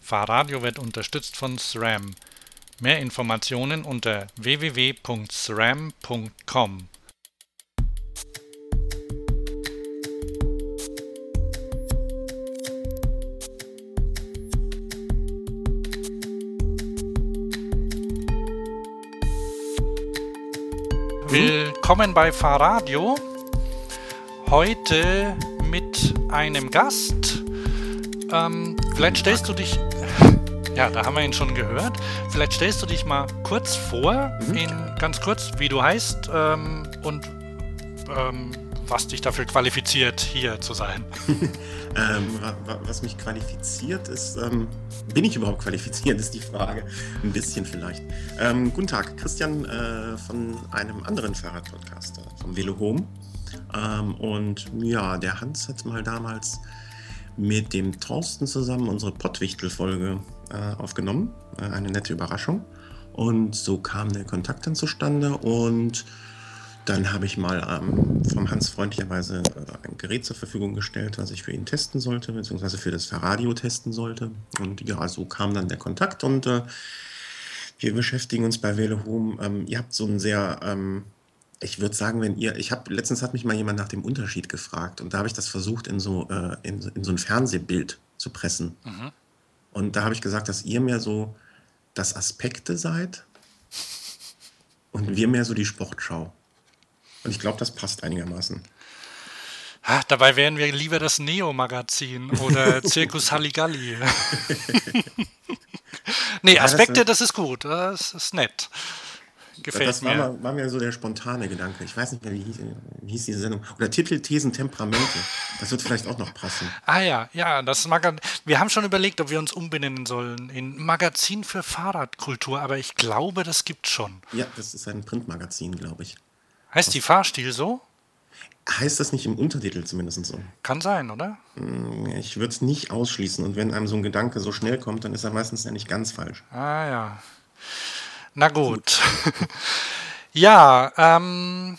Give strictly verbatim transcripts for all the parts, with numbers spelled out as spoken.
Fahrradio wird unterstützt von SRAM. Mehr Informationen unter w w w punkt sram punkt com. Willkommen bei Fahrradio. Heute mit einem Gast. Ähm, vielleicht stellst du dich, ja, da haben wir ihn schon gehört. Vielleicht stellst du dich mal kurz vor, mhm. in, ganz kurz, wie du heißt ähm, und ähm, was dich dafür qualifiziert, hier zu sein. ähm, was mich qualifiziert ist, ähm, bin ich überhaupt qualifiziert, ist die Frage. Ein bisschen vielleicht. Ähm, guten Tag, Christian äh, von einem anderen Fahrradpodcast, äh, vom Velo Home. Ähm, und ja, der Hans hat mal damals mit dem Thorsten zusammen unsere Pottwichtel-Folge äh, aufgenommen. Äh, eine nette Überraschung. Und so kam der Kontakt dann zustande und dann habe ich mal ähm, vom Hans freundlicherweise äh, ein Gerät zur Verfügung gestellt, was ich für ihn testen sollte, beziehungsweise für das Fahrradio testen sollte. Und ja, so kam dann der Kontakt und äh, wir beschäftigen uns bei Velo Home. Ähm, ihr habt so ein sehr, ähm, ich würde sagen, wenn ihr, ich habe, letztens hat mich mal jemand nach dem Unterschied gefragt und da habe ich das versucht in so, äh, in, in so ein Fernsehbild zu pressen. Mhm. Und da habe ich gesagt, dass ihr mehr so das Aspekte seid und wir mehr so die Sportschau. Und ich glaube, das passt einigermaßen. Ha, dabei wären wir lieber das Neo-Magazin oder Circus Halligalli. Nee, Aspekte, ja, das, das ist gut. Das ist nett. Gefällt das mir. Das war, war mir so der spontane Gedanke. Ich weiß nicht mehr, wie hieß, wie hieß diese Sendung. Oder Titel, Thesen, Temperamente. Das wird vielleicht auch noch passen. Ah ja, ja, das Magazin. Wir haben schon überlegt, ob wir uns umbenennen sollen in Magazin für Fahrradkultur, aber ich glaube, das gibt's schon. Ja, das ist ein Printmagazin, glaube ich. Heißt die Fahrstil so? Heißt das nicht im Untertitel zumindest so? Kann sein, oder? Ich würde es nicht ausschließen. Und wenn einem so ein Gedanke so schnell kommt, dann ist er meistens ja nicht ganz falsch. Ah ja. Na gut. Ja, ähm,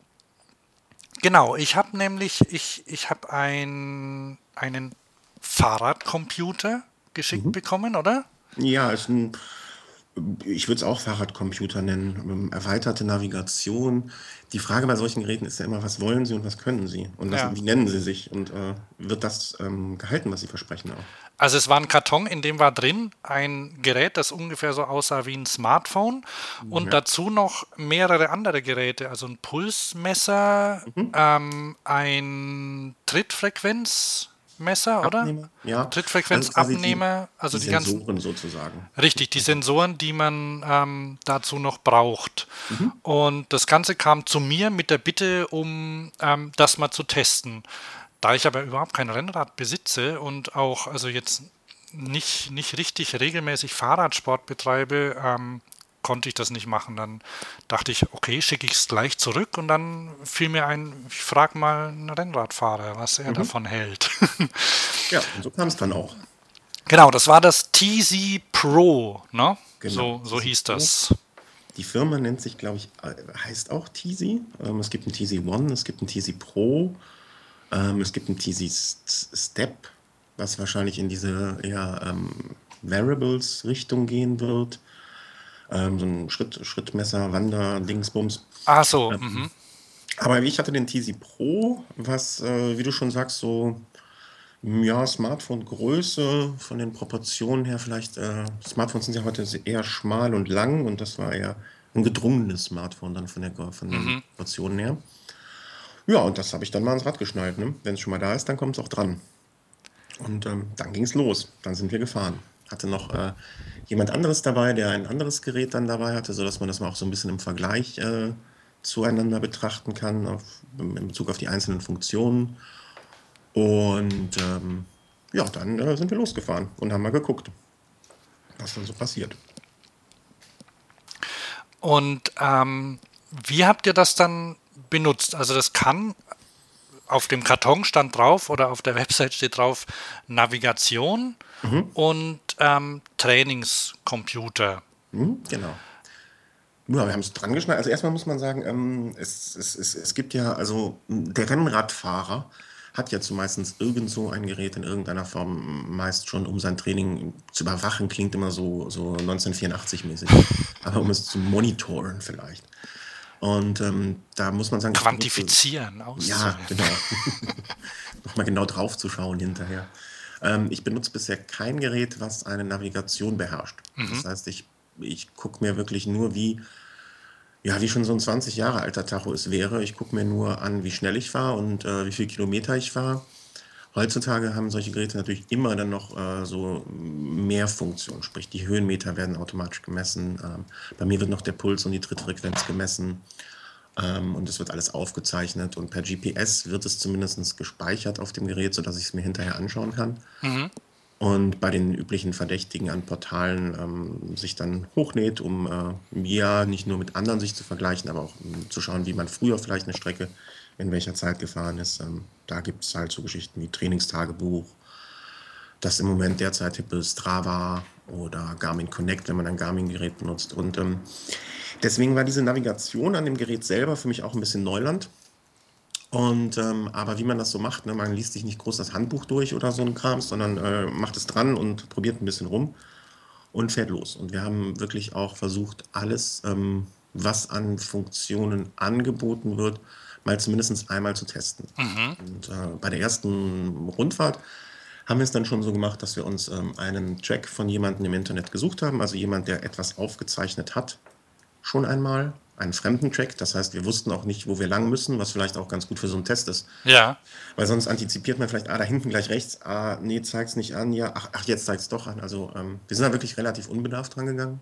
genau. Ich habe nämlich, ich, ich habe ein, einen Fahrradcomputer geschickt mhm. bekommen, oder? Ja, ist ein... Ich würde es auch Fahrradcomputer nennen, erweiterte Navigation. Die Frage bei solchen Geräten ist ja immer, was wollen Sie und was können Sie? Und das, ja. wie nennen Sie sich? Und äh, wird das ähm, gehalten, was Sie versprechen auch? Also es war ein Karton, in dem war drin ein Gerät, das ungefähr so aussah wie ein Smartphone und ja. dazu noch mehrere andere Geräte, also ein Pulsmesser, mhm. ähm, ein Trittfrequenz Messer, oder? Abnehmer, ja. Trittfrequenzabnehmer, also die, die ganzen Sensoren sozusagen. Richtig, die Sensoren, die man ähm, dazu noch braucht. Mhm. Und das Ganze kam zu mir mit der Bitte, um ähm, das mal zu testen. Da ich aber überhaupt kein Rennrad besitze und auch also jetzt nicht, nicht richtig regelmäßig Fahrradsport betreibe, ähm, konnte ich das nicht machen. Dann dachte ich, okay, schicke ich es gleich zurück und dann fiel mir ein, ich frage mal einen Rennradfahrer, was er mhm. davon hält. Ja, und so kam es dann auch. Genau, das war das T Z Pro, ne? Genau, so so hieß das. Die Firma nennt sich, glaube ich, heißt auch T Z. Ähm, es gibt ein T Z One, es gibt ein T Z Pro, ähm, es gibt ein T Z Step, was wahrscheinlich in diese eher ähm, Variables-Richtung gehen wird. Ähm, so ein Schritt, Schrittmesser, Wander, Dingsbums. Ach so. Ähm, mhm. Aber ich hatte den T Z Pro, was, äh, wie du schon sagst, so ja, Smartphone-Größe von den Proportionen her vielleicht. Äh, Smartphones sind ja heute eher schmal und lang und das war eher ein gedrungenes Smartphone dann von, der, von den mhm. Proportionen her. Ja, und das habe ich dann mal ans Rad geschnallt. Ne? Wenn es schon mal da ist, dann kommt es auch dran. Und ähm, dann ging es los. Dann sind wir gefahren. Hatte noch äh, jemand anderes dabei, der ein anderes Gerät dann dabei hatte, sodass man das mal auch so ein bisschen im Vergleich äh, zueinander betrachten kann, auf, in Bezug auf die einzelnen Funktionen. Und ähm, ja, dann äh, sind wir losgefahren und haben mal geguckt, was dann so passiert. Und ähm, wie habt ihr das dann benutzt? Also das kann, auf dem Karton stand drauf oder auf der Website steht drauf Navigation mhm. und ähm, Trainingscomputer. Mhm, genau. Ja, wir haben es dran geschnallt. Also erstmal muss man sagen, ähm, es, es, es, es gibt ja, also der Rennradfahrer hat ja zumeistens irgend so ein Gerät in irgendeiner Form, meist schon, um sein Training zu überwachen, klingt immer so, so neunzehnhundertvierundachtzig-mäßig, aber um es zu monitoren vielleicht. Und ähm, da muss man sagen, ich benutze, Quantifizieren, ja, auszuwählen. genau, nochmal genau drauf zu schauen hinterher. Ähm, ich benutze bisher kein Gerät, was eine Navigation beherrscht. Das Mhm. heißt, ich, ich gucke mir wirklich nur, wie, ja, wie schon so ein zwanzig Jahre alter Tacho es wäre. Ich gucke mir nur an, wie schnell ich fahre und äh, wie viel Kilometer ich fahre. Heutzutage haben solche Geräte natürlich immer dann noch äh, so mehr Funktionen, sprich die Höhenmeter werden automatisch gemessen. Ähm, bei mir wird noch der Puls und die Trittfrequenz gemessen, ähm, und es wird alles aufgezeichnet und per G P S wird es zumindest gespeichert auf dem Gerät, sodass ich es mir hinterher anschauen kann. Mhm. Und bei den üblichen Verdächtigen an Portalen ähm, sich dann hochlädt, um äh, ja nicht nur mit anderen sich zu vergleichen, aber auch um zu schauen, wie man früher vielleicht eine Strecke in welcher Zeit gefahren ist. Ähm, da gibt es halt so Geschichten wie Trainingstagebuch, das im Moment derzeit hip ist, Strava oder Garmin Connect, wenn man ein Garmin-Gerät benutzt. Und ähm, deswegen war diese Navigation an dem Gerät selber für mich auch ein bisschen Neuland. Und ähm, aber wie man das so macht, ne, man liest sich nicht groß das Handbuch durch oder so ein Kram, sondern äh, macht es dran und probiert ein bisschen rum und fährt los. Und wir haben wirklich auch versucht, alles, ähm, was an Funktionen angeboten wird, mal zumindest einmal zu testen. Mhm. Und äh, bei der ersten Rundfahrt haben wir es dann schon so gemacht, dass wir uns ähm, einen Track von jemandem im Internet gesucht haben, also jemand, der etwas aufgezeichnet hat, schon einmal, einen fremden Track. Das heißt, wir wussten auch nicht, wo wir lang müssen, was vielleicht auch ganz gut für so einen Test ist. Ja. Weil sonst antizipiert man vielleicht, ah, da hinten gleich rechts, ah, nee, zeig's nicht an, ja, ach, ach jetzt zeigt's doch an. Also ähm, wir sind da wirklich relativ unbedarft dran gegangen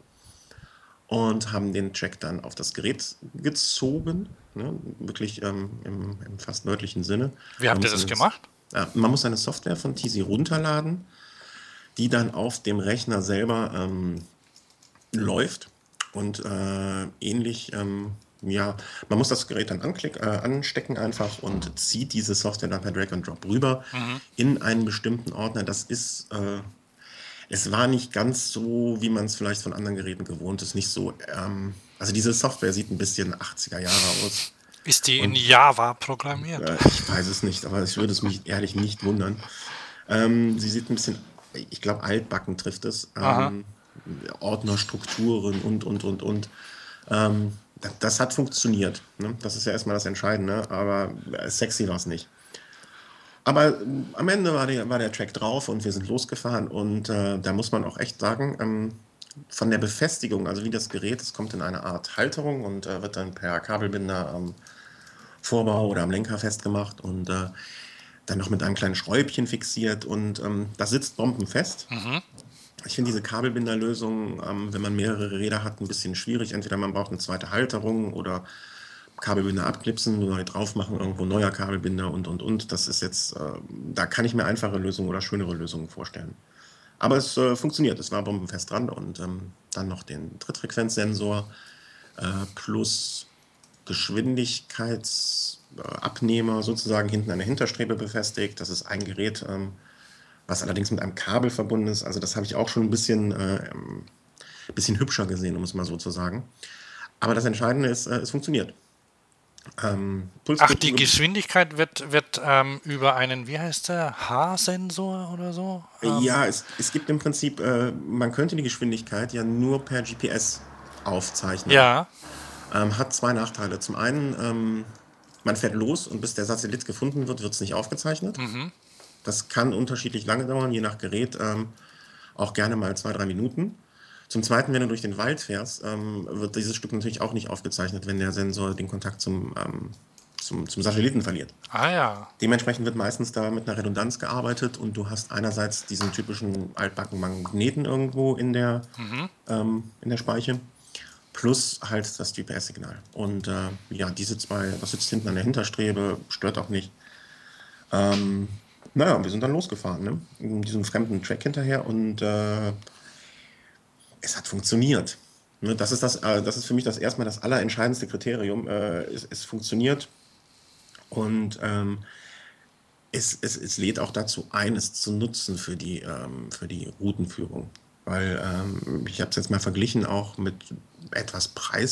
und haben den Track dann auf das Gerät gezogen, ne, wirklich ähm, im, im fast wörtlichen Sinne. Wie Man habt ihr muss das eine, gemacht? ja, man muss eine Software von Tisi runterladen, die dann auf dem Rechner selber ähm, läuft und äh, ähnlich, ähm, ja, man muss das Gerät dann anklick, äh, anstecken einfach und zieht diese Software dann per Drag and Drop rüber Mhm. in einen bestimmten Ordner. Das ist, äh, es war nicht ganz so, wie man es vielleicht von anderen Geräten gewohnt ist, nicht so, ähm, also diese Software sieht ein bisschen achtziger Jahre aus Ist die in und Java programmiert? äh, ich weiß es nicht, aber ich würde es mich ehrlich nicht wundern. Ähm, sie sieht ein bisschen, ich glaube, altbacken trifft es. Aha. Ähm, Ordnerstrukturen und, und, und, und. Ähm, das, das hat funktioniert. Ne? Das ist ja erstmal das Entscheidende, aber äh, sexy war es nicht. Aber ähm, am Ende war der, war der Track drauf und wir sind losgefahren und äh, da muss man auch echt sagen, ähm, von der Befestigung, also wie das Gerät, es kommt in eine Art Halterung und äh, wird dann per Kabelbinder am Vorbau oder am Lenker festgemacht und äh, dann noch mit einem kleinen Schräubchen fixiert und ähm, das sitzt bombenfest. Mhm. Ich finde diese Kabelbinderlösung, ähm, wenn man mehrere Räder hat, ein bisschen schwierig. Entweder man braucht eine zweite Halterung oder Kabelbinder abklipsen, neu drauf machen, irgendwo neuer Kabelbinder und, und, und. Das ist jetzt, äh, da kann ich mir einfache Lösungen oder schönere Lösungen vorstellen. Aber es äh, funktioniert, es war bombenfest dran und ähm, dann noch den Trittfrequenzsensor äh, plus Geschwindigkeitsabnehmer sozusagen hinten an der Hinterstrebe befestigt. Das ist ein Gerät, ähm, was allerdings mit einem Kabel verbunden ist. Also das habe ich auch schon ein bisschen, äh, ein bisschen hübscher gesehen, um es mal so zu sagen. Aber das Entscheidende ist, äh, es funktioniert. Ähm, Ach, die Pulsdruck, Geschwindigkeit wird, wird ähm, über einen, wie heißt der, H-Sensor oder so? Ähm, ja, es, es gibt im Prinzip, äh, man könnte die Geschwindigkeit ja nur per G P S aufzeichnen. ja. Ähm, hat zwei Nachteile. Zum einen, ähm, man fährt los und bis der Satellit gefunden wird, wird es nicht aufgezeichnet. Mhm. Das kann unterschiedlich lange dauern, je nach Gerät, ähm, auch gerne mal zwei, drei Minuten. Zum Zweiten, wenn du durch den Wald fährst, ähm, wird dieses Stück natürlich auch nicht aufgezeichnet, wenn der Sensor den Kontakt zum, ähm, zum, zum Satelliten verliert. Ah ja. Dementsprechend wird meistens da mit einer Redundanz gearbeitet und du hast einerseits diesen typischen altbacken Magneten irgendwo in der, Mhm. ähm, in der Speiche, plus halt das G P S-Signal. Und äh, ja, diese zwei, das sitzt hinten an der Hinterstrebe, stört auch nicht. Ähm, naja, wir sind dann losgefahren, ne? In diesem fremden Track hinterher und äh, es hat funktioniert. Ne? Das ist das, äh, das ist für mich das erstmal das allerentscheidendste Kriterium. Äh, es, es funktioniert und ähm, es, es, es lädt auch dazu ein, es zu nutzen für die, ähm, für die Routenführung. Weil ähm, ich habe es jetzt mal verglichen auch mit etwas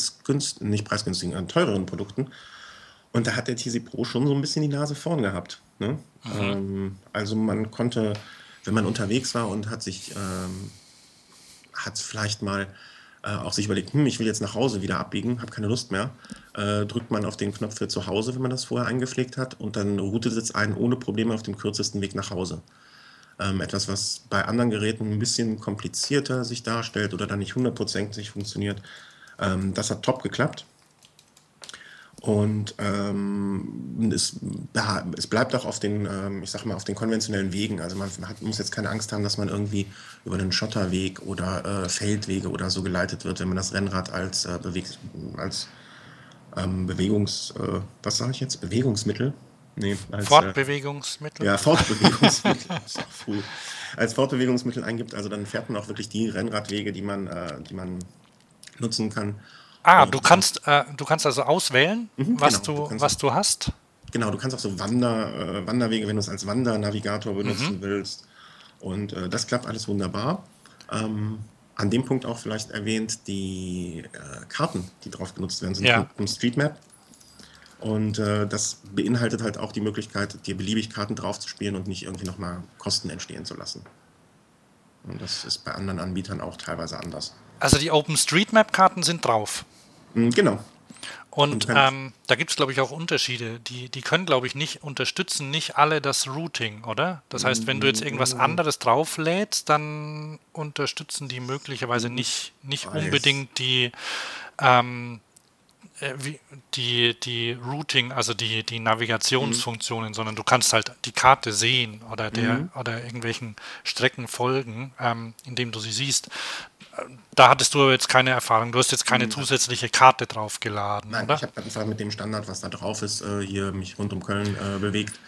preisgünstigen, nicht preisgünstigen, äh, teureren Produkten. Und da hat der T C Pro schon so ein bisschen die Nase vorn gehabt. Ne? Mhm. Ähm, also man konnte, wenn man unterwegs war und hat sich ähm, hat vielleicht mal äh, auch sich überlegt, hm, ich will jetzt nach Hause wieder abbiegen, habe keine Lust mehr, äh, drückt man auf den Knopf für zu Hause, wenn man das vorher eingepflegt hat, und dann routet es einen ohne Probleme auf dem kürzesten Weg nach Hause. Ähm, etwas, was bei anderen Geräten ein bisschen komplizierter sich darstellt oder dann nicht hundertprozentig funktioniert. Ähm, das hat top geklappt. Und ähm, es, ja, es bleibt auch auf den, ähm, ich sag mal, auf den konventionellen Wegen. Also man hat, muss jetzt keine Angst haben, dass man irgendwie über einen Schotterweg oder äh, Feldwege oder so geleitet wird, wenn man das Rennrad als, äh, Beweg als ähm, Bewegungs, äh, was sage ich jetzt? Bewegungsmittel? Nee, als äh, Fortbewegungsmittel? ja, Fortbewegungsmittel, ist auch früh, als Fortbewegungsmittel eingibt. Also dann fährt man auch wirklich die Rennradwege, die man, äh, die man nutzen kann. Ah, du Und kannst, äh, du kannst also auswählen, mhm, was genau, du du, kannst auch was du hast. Genau, du kannst auch so Wander, äh, Wanderwege, wenn du es als Wandernavigator Mhm. benutzen willst. Und äh, das klappt alles wunderbar. Ähm, an dem Punkt auch vielleicht erwähnt, die äh, Karten, die drauf genutzt werden, sind von Ja. OpenStreetMap. Und äh, das beinhaltet halt auch die Möglichkeit, dir beliebig Karten draufzuspielen und nicht irgendwie nochmal Kosten entstehen zu lassen. Und das ist bei anderen Anbietern auch teilweise anders. Also die OpenStreetMap-Karten sind drauf. Mm, Genau. Und du Und kannst, ähm, da gibt es, glaube ich, auch Unterschiede. Die, die können, glaube ich, nicht unterstützen, nicht alle das Routing, oder? Das heißt, wenn du jetzt irgendwas mm, anderes drauflädst, dann unterstützen die möglicherweise nicht nicht, nicht alles. unbedingt die, ähm, äh, wie, die, die Routing, also die, die Mm, Navigationsfunktionen, sondern du kannst halt die Karte sehen oder der mm. oder irgendwelchen Strecken folgen, ähm, indem du sie siehst. Da hattest du jetzt keine Erfahrung, du hast jetzt keine mm, zusätzliche Karte draufgeladen, Nein, ich oder? habe einfach mit dem Standard, was da drauf ist, äh, hier mich rund um Köln äh, bewegt.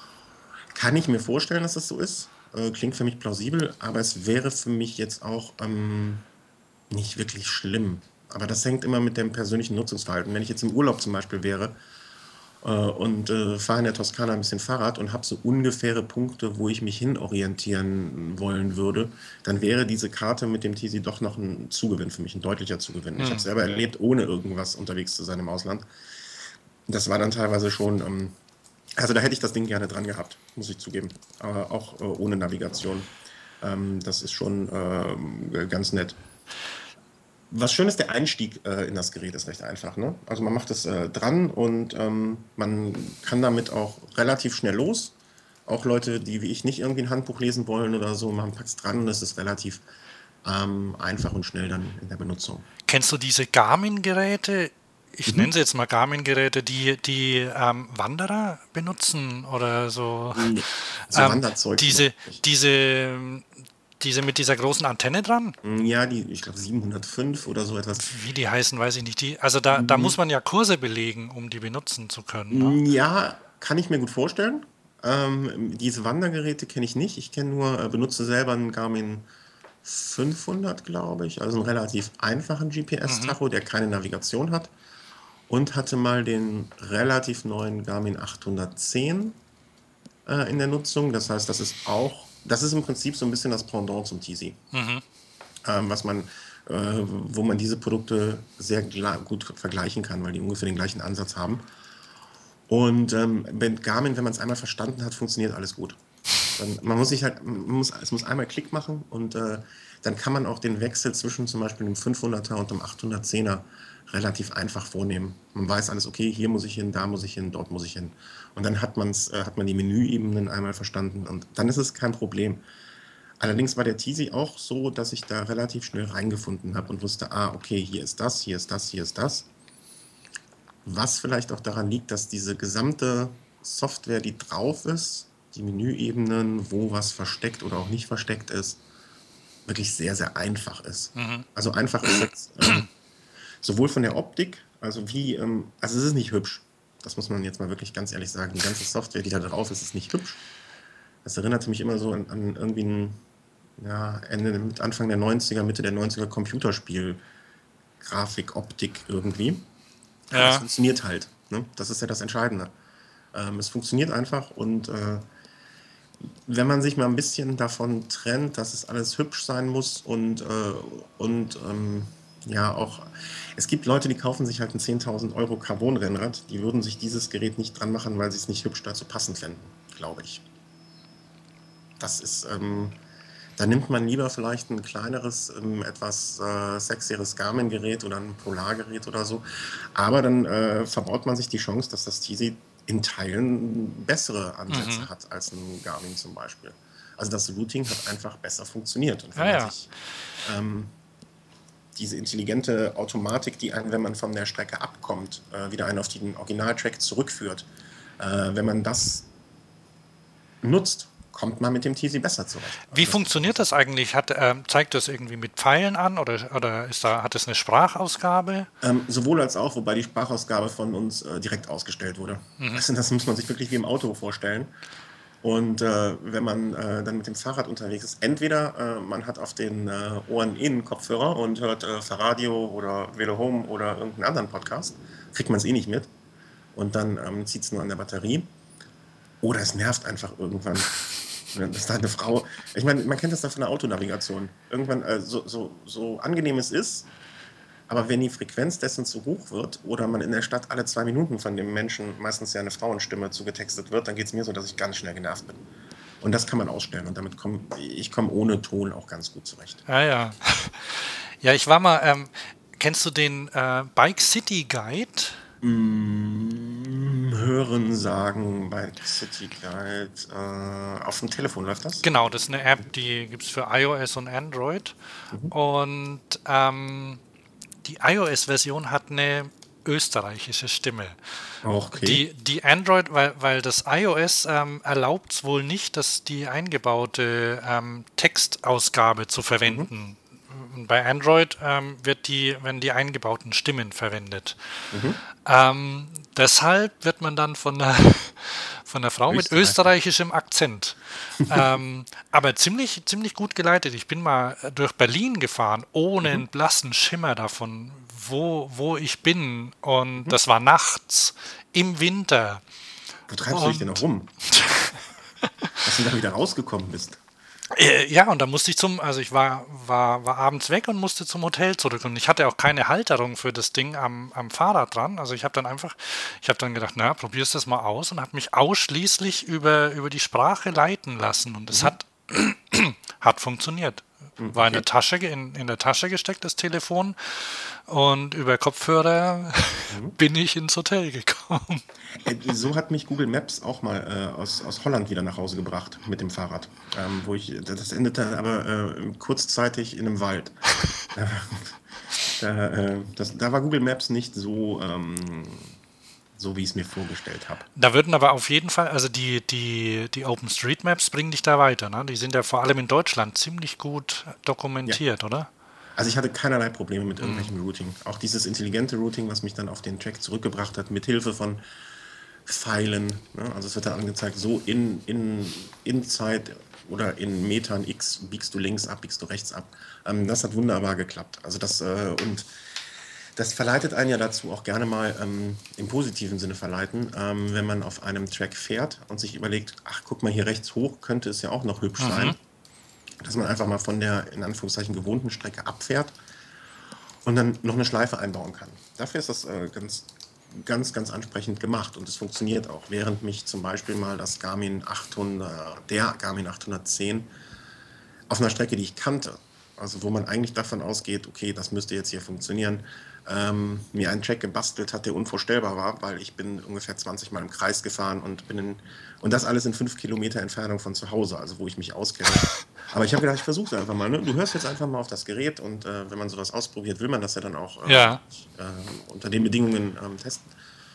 Kann ich mir vorstellen, dass das so ist. Äh, klingt für mich plausibel, aber es wäre für mich jetzt auch ähm, nicht wirklich schlimm. Aber das hängt immer mit dem persönlichen Nutzungsverhalten. Wenn ich jetzt im Urlaub zum Beispiel wäre äh, und äh, fahre in der Toskana ein bisschen Fahrrad und habe so ungefähre Punkte, wo ich mich hinorientieren wollen würde, dann wäre diese Karte mit dem Tisi doch noch ein Zugewinn für mich, ein deutlicher Zugewinn. Ich habe es Hm. selber erlebt, ohne irgendwas unterwegs zu sein im Ausland. Das war dann teilweise schon, ähm, also da hätte ich das Ding gerne dran gehabt, muss ich zugeben. Aber auch äh, ohne Navigation. Ähm, das ist schon ähm, ganz nett. Was schön ist, der Einstieg äh, in das Gerät ist recht einfach. Ne? Also man macht es äh, dran und ähm, man kann damit auch relativ schnell los. Auch Leute, die wie ich nicht irgendwie ein Handbuch lesen wollen oder so, man packt es dran und es ist relativ ähm, einfach und schnell dann in der Benutzung. Kennst du diese Garmin-Geräte? Ich nenne Mhm. sie jetzt mal Garmin-Geräte, die die ähm, Wanderer benutzen oder so. Nee, so Ähm, Wanderzeugs diese, überhaupt nicht. diese, diese mit dieser großen Antenne dran? Mm, Ja, die, ich glaube siebenhundertfünf oder so etwas. Wie die heißen, weiß ich nicht. Die, also da, da muss man ja Kurse belegen, um die benutzen zu können. Ne? Mm, Ja, kann ich mir gut vorstellen. Ähm, diese Wandergeräte kenne ich nicht. Ich kenne nur, äh, benutze selber einen Garmin fünfhundert, glaube ich. Also einen relativ einfachen Mhm. G P S-Tacho, der keine Navigation hat. Und hatte mal den relativ neuen Garmin achthundertzehn äh, in der Nutzung. Das heißt, das ist auch, das ist im Prinzip so ein bisschen das Pendant zum Tisi. Mhm. Ähm, was man, äh, wo man diese Produkte sehr gla- gut vergleichen kann, weil die ungefähr den gleichen Ansatz haben. Und ähm, mit Garmin, wenn man es einmal verstanden hat, funktioniert alles gut. Dann, man muss sich halt, man muss, es muss einmal Klick machen und äh, dann kann man auch den Wechsel zwischen zum Beispiel dem fünfhunderter und dem achthundertzehner relativ einfach vornehmen. Man weiß alles, okay, hier muss ich hin, da muss ich hin, dort muss ich hin. Und dann hat, man's, äh, hat man die Menüebenen einmal verstanden und dann ist es kein Problem. Allerdings war der Teasy auch so, dass ich da relativ schnell reingefunden habe und wusste, ah, okay, hier ist das, hier ist das, hier ist das. Was vielleicht auch daran liegt, dass diese gesamte Software, die drauf ist, die Menüebenen, wo was versteckt oder auch nicht versteckt ist, wirklich sehr, sehr einfach ist. Mhm. Also einfach ist jetzt ähm, sowohl von der Optik, also wie, ähm, also es ist nicht hübsch. Das muss man jetzt mal wirklich ganz ehrlich sagen. Die ganze Software, die da drauf ist, ist nicht hübsch. Das erinnerte mich immer so an, an irgendwie ein, ja, Ende, mit Anfang der neunziger, Mitte der neunziger Computerspiel, Grafik, Optik irgendwie. Aber es Ja. funktioniert halt. Ne? Das ist ja das Entscheidende. Ähm, es funktioniert einfach und äh, wenn man sich mal ein bisschen davon trennt, dass es alles hübsch sein muss und, äh, und ähm, ja auch, es gibt Leute, die kaufen sich halt ein zehntausend Euro Carbon-Rennrad, die würden sich dieses Gerät nicht dran machen, weil sie es nicht hübsch dazu passend fänden. glaube ich. Das ist, ähm, da nimmt man lieber vielleicht ein kleineres, ähm, etwas äh, sexieres Garmin-Gerät oder ein Polargerät oder so. Aber dann äh, verbaut man sich die Chance, dass das Tizzy in Teilen bessere Ansätze Mhm. hat als ein Garmin zum Beispiel. Also das Routing hat einfach besser funktioniert. Und wenn Ja, man ja. sich ähm, diese intelligente Automatik, die einen, wenn man von der Strecke abkommt, äh, wieder einen auf den Originaltrack zurückführt, äh, wenn man das nutzt, kommt man mit dem Tizzy besser zurecht. Also Wie das muss man funktioniert das eigentlich? Hat, ähm, zeigt das irgendwie mit Pfeilen an oder, oder ist da, hat es eine Sprachausgabe? Ähm, sowohl als auch, wobei die Sprachausgabe von uns äh, direkt ausgestellt wurde. Mhm. Also das muss man sich wirklich wie im Auto vorstellen. Und äh, wenn man äh, dann mit dem Fahrrad unterwegs ist, entweder äh, man hat auf den äh, Ohren innen Kopfhörer und hört äh, Fahrradio oder Velo Home oder irgendeinen anderen Podcast, kriegt man es eh nicht mit. Und dann ähm, zieht es nur an der Batterie. Oder es nervt einfach irgendwann. Das ist da eine Frau. Ich meine, man kennt das da von der Autonavigation. Irgendwann, äh, so, so, so angenehm es ist, aber wenn die Frequenz dessen zu hoch wird oder man in der Stadt alle zwei Minuten von dem Menschen, meistens ja eine Frauenstimme, zugetextet wird, dann geht es mir so, dass ich ganz schnell genervt bin. Und das kann man ausstellen und damit komme ich komme ohne Ton auch ganz gut zurecht. Ja, ja. Ja, ich war mal, ähm, kennst du den äh, Bike City Guide? Mm, hören, sagen bei City Guide. Äh, auf dem Telefon läuft das? Genau, das ist eine App, die gibt es für iOS und Android. Mhm. Und ähm, die iOS-Version hat eine österreichische Stimme. Okay. Die, die Android, weil, weil das iOS ähm, erlaubt es wohl nicht, dass die eingebaute ähm, Textausgabe zu verwenden. Und bei Android ähm, wird die, werden die eingebauten Stimmen verwendet. Mhm. Ähm, deshalb wird man dann von einer, von einer Frau mit Österreicher. österreichischem Akzent, ähm, aber ziemlich, ziemlich gut geleitet. Ich bin mal durch Berlin gefahren, ohne einen blassen Schimmer davon, wo, wo ich bin. Und das war nachts, im Winter. Wo treibst du dich denn noch rum? Dass du da wieder rausgekommen bist. Äh, Ja, und da musste ich zum, also ich war, war, war abends weg und musste zum Hotel zurück. Und ich hatte auch keine Halterung für das Ding am, am Fahrrad dran. Also ich habe dann einfach, ich habe dann gedacht, na, probierst das mal aus und habe mich ausschließlich über, über die Sprache leiten lassen. Und es Mhm. hat, hat funktioniert. Mhm, War in der okay. Tasche, ge- in, in der Tasche gesteckt, das Telefon. Und über Kopfhörer Mhm. bin ich ins Hotel gekommen. Äh, So hat mich Google Maps auch mal äh, aus, aus Holland wieder nach Hause gebracht mit dem Fahrrad. Ähm, wo ich, das endete aber äh, kurzzeitig in einem Wald. Da, da, äh, das, da war Google Maps nicht so, ähm, so wie ich es mir vorgestellt habe. Da würden aber auf jeden Fall, also die, die, die OpenStreetMaps bringen dich da weiter, ne? Die sind ja vor allem in Deutschland ziemlich gut dokumentiert, ja. Oder? Also ich hatte keinerlei Probleme mit irgendwelchem Routing. Auch dieses intelligente Routing, was mich dann auf den Track zurückgebracht hat, mit Hilfe von Pfeilen. Ne? Also es wird da angezeigt, so in, in, in Zeit oder in Metern X biegst du links ab, biegst du rechts ab. Ähm, das hat wunderbar geklappt. Also das äh, und das verleitet einen ja dazu auch gerne mal ähm, im positiven Sinne verleiten, ähm, wenn man auf einem Track fährt und sich überlegt, ach guck mal hier rechts hoch, könnte es ja auch noch hübsch sein, dass man einfach mal von der in Anführungszeichen gewohnten Strecke abfährt und dann noch eine Schleife einbauen kann. Dafür ist das äh, ganz, ganz, ganz ansprechend gemacht und es funktioniert auch. Während mich zum Beispiel mal das Garmin achthundert, der Garmin achthundertzehn auf einer Strecke, die ich kannte, also wo man eigentlich davon ausgeht, okay, das müsste jetzt hier funktionieren, ähm, mir einen Track gebastelt hat, der unvorstellbar war, weil ich bin ungefähr zwanzig Mal im Kreis gefahren und bin in, und das alles in fünf Kilometer Entfernung von zu Hause, also wo ich mich auskenne. Aber ich habe gedacht, ich versuche es einfach mal. Ne? Du hörst jetzt einfach mal auf das Gerät und äh, wenn man sowas ausprobiert, will man das ja dann auch äh, Ja. äh, unter den Bedingungen ähm, testen.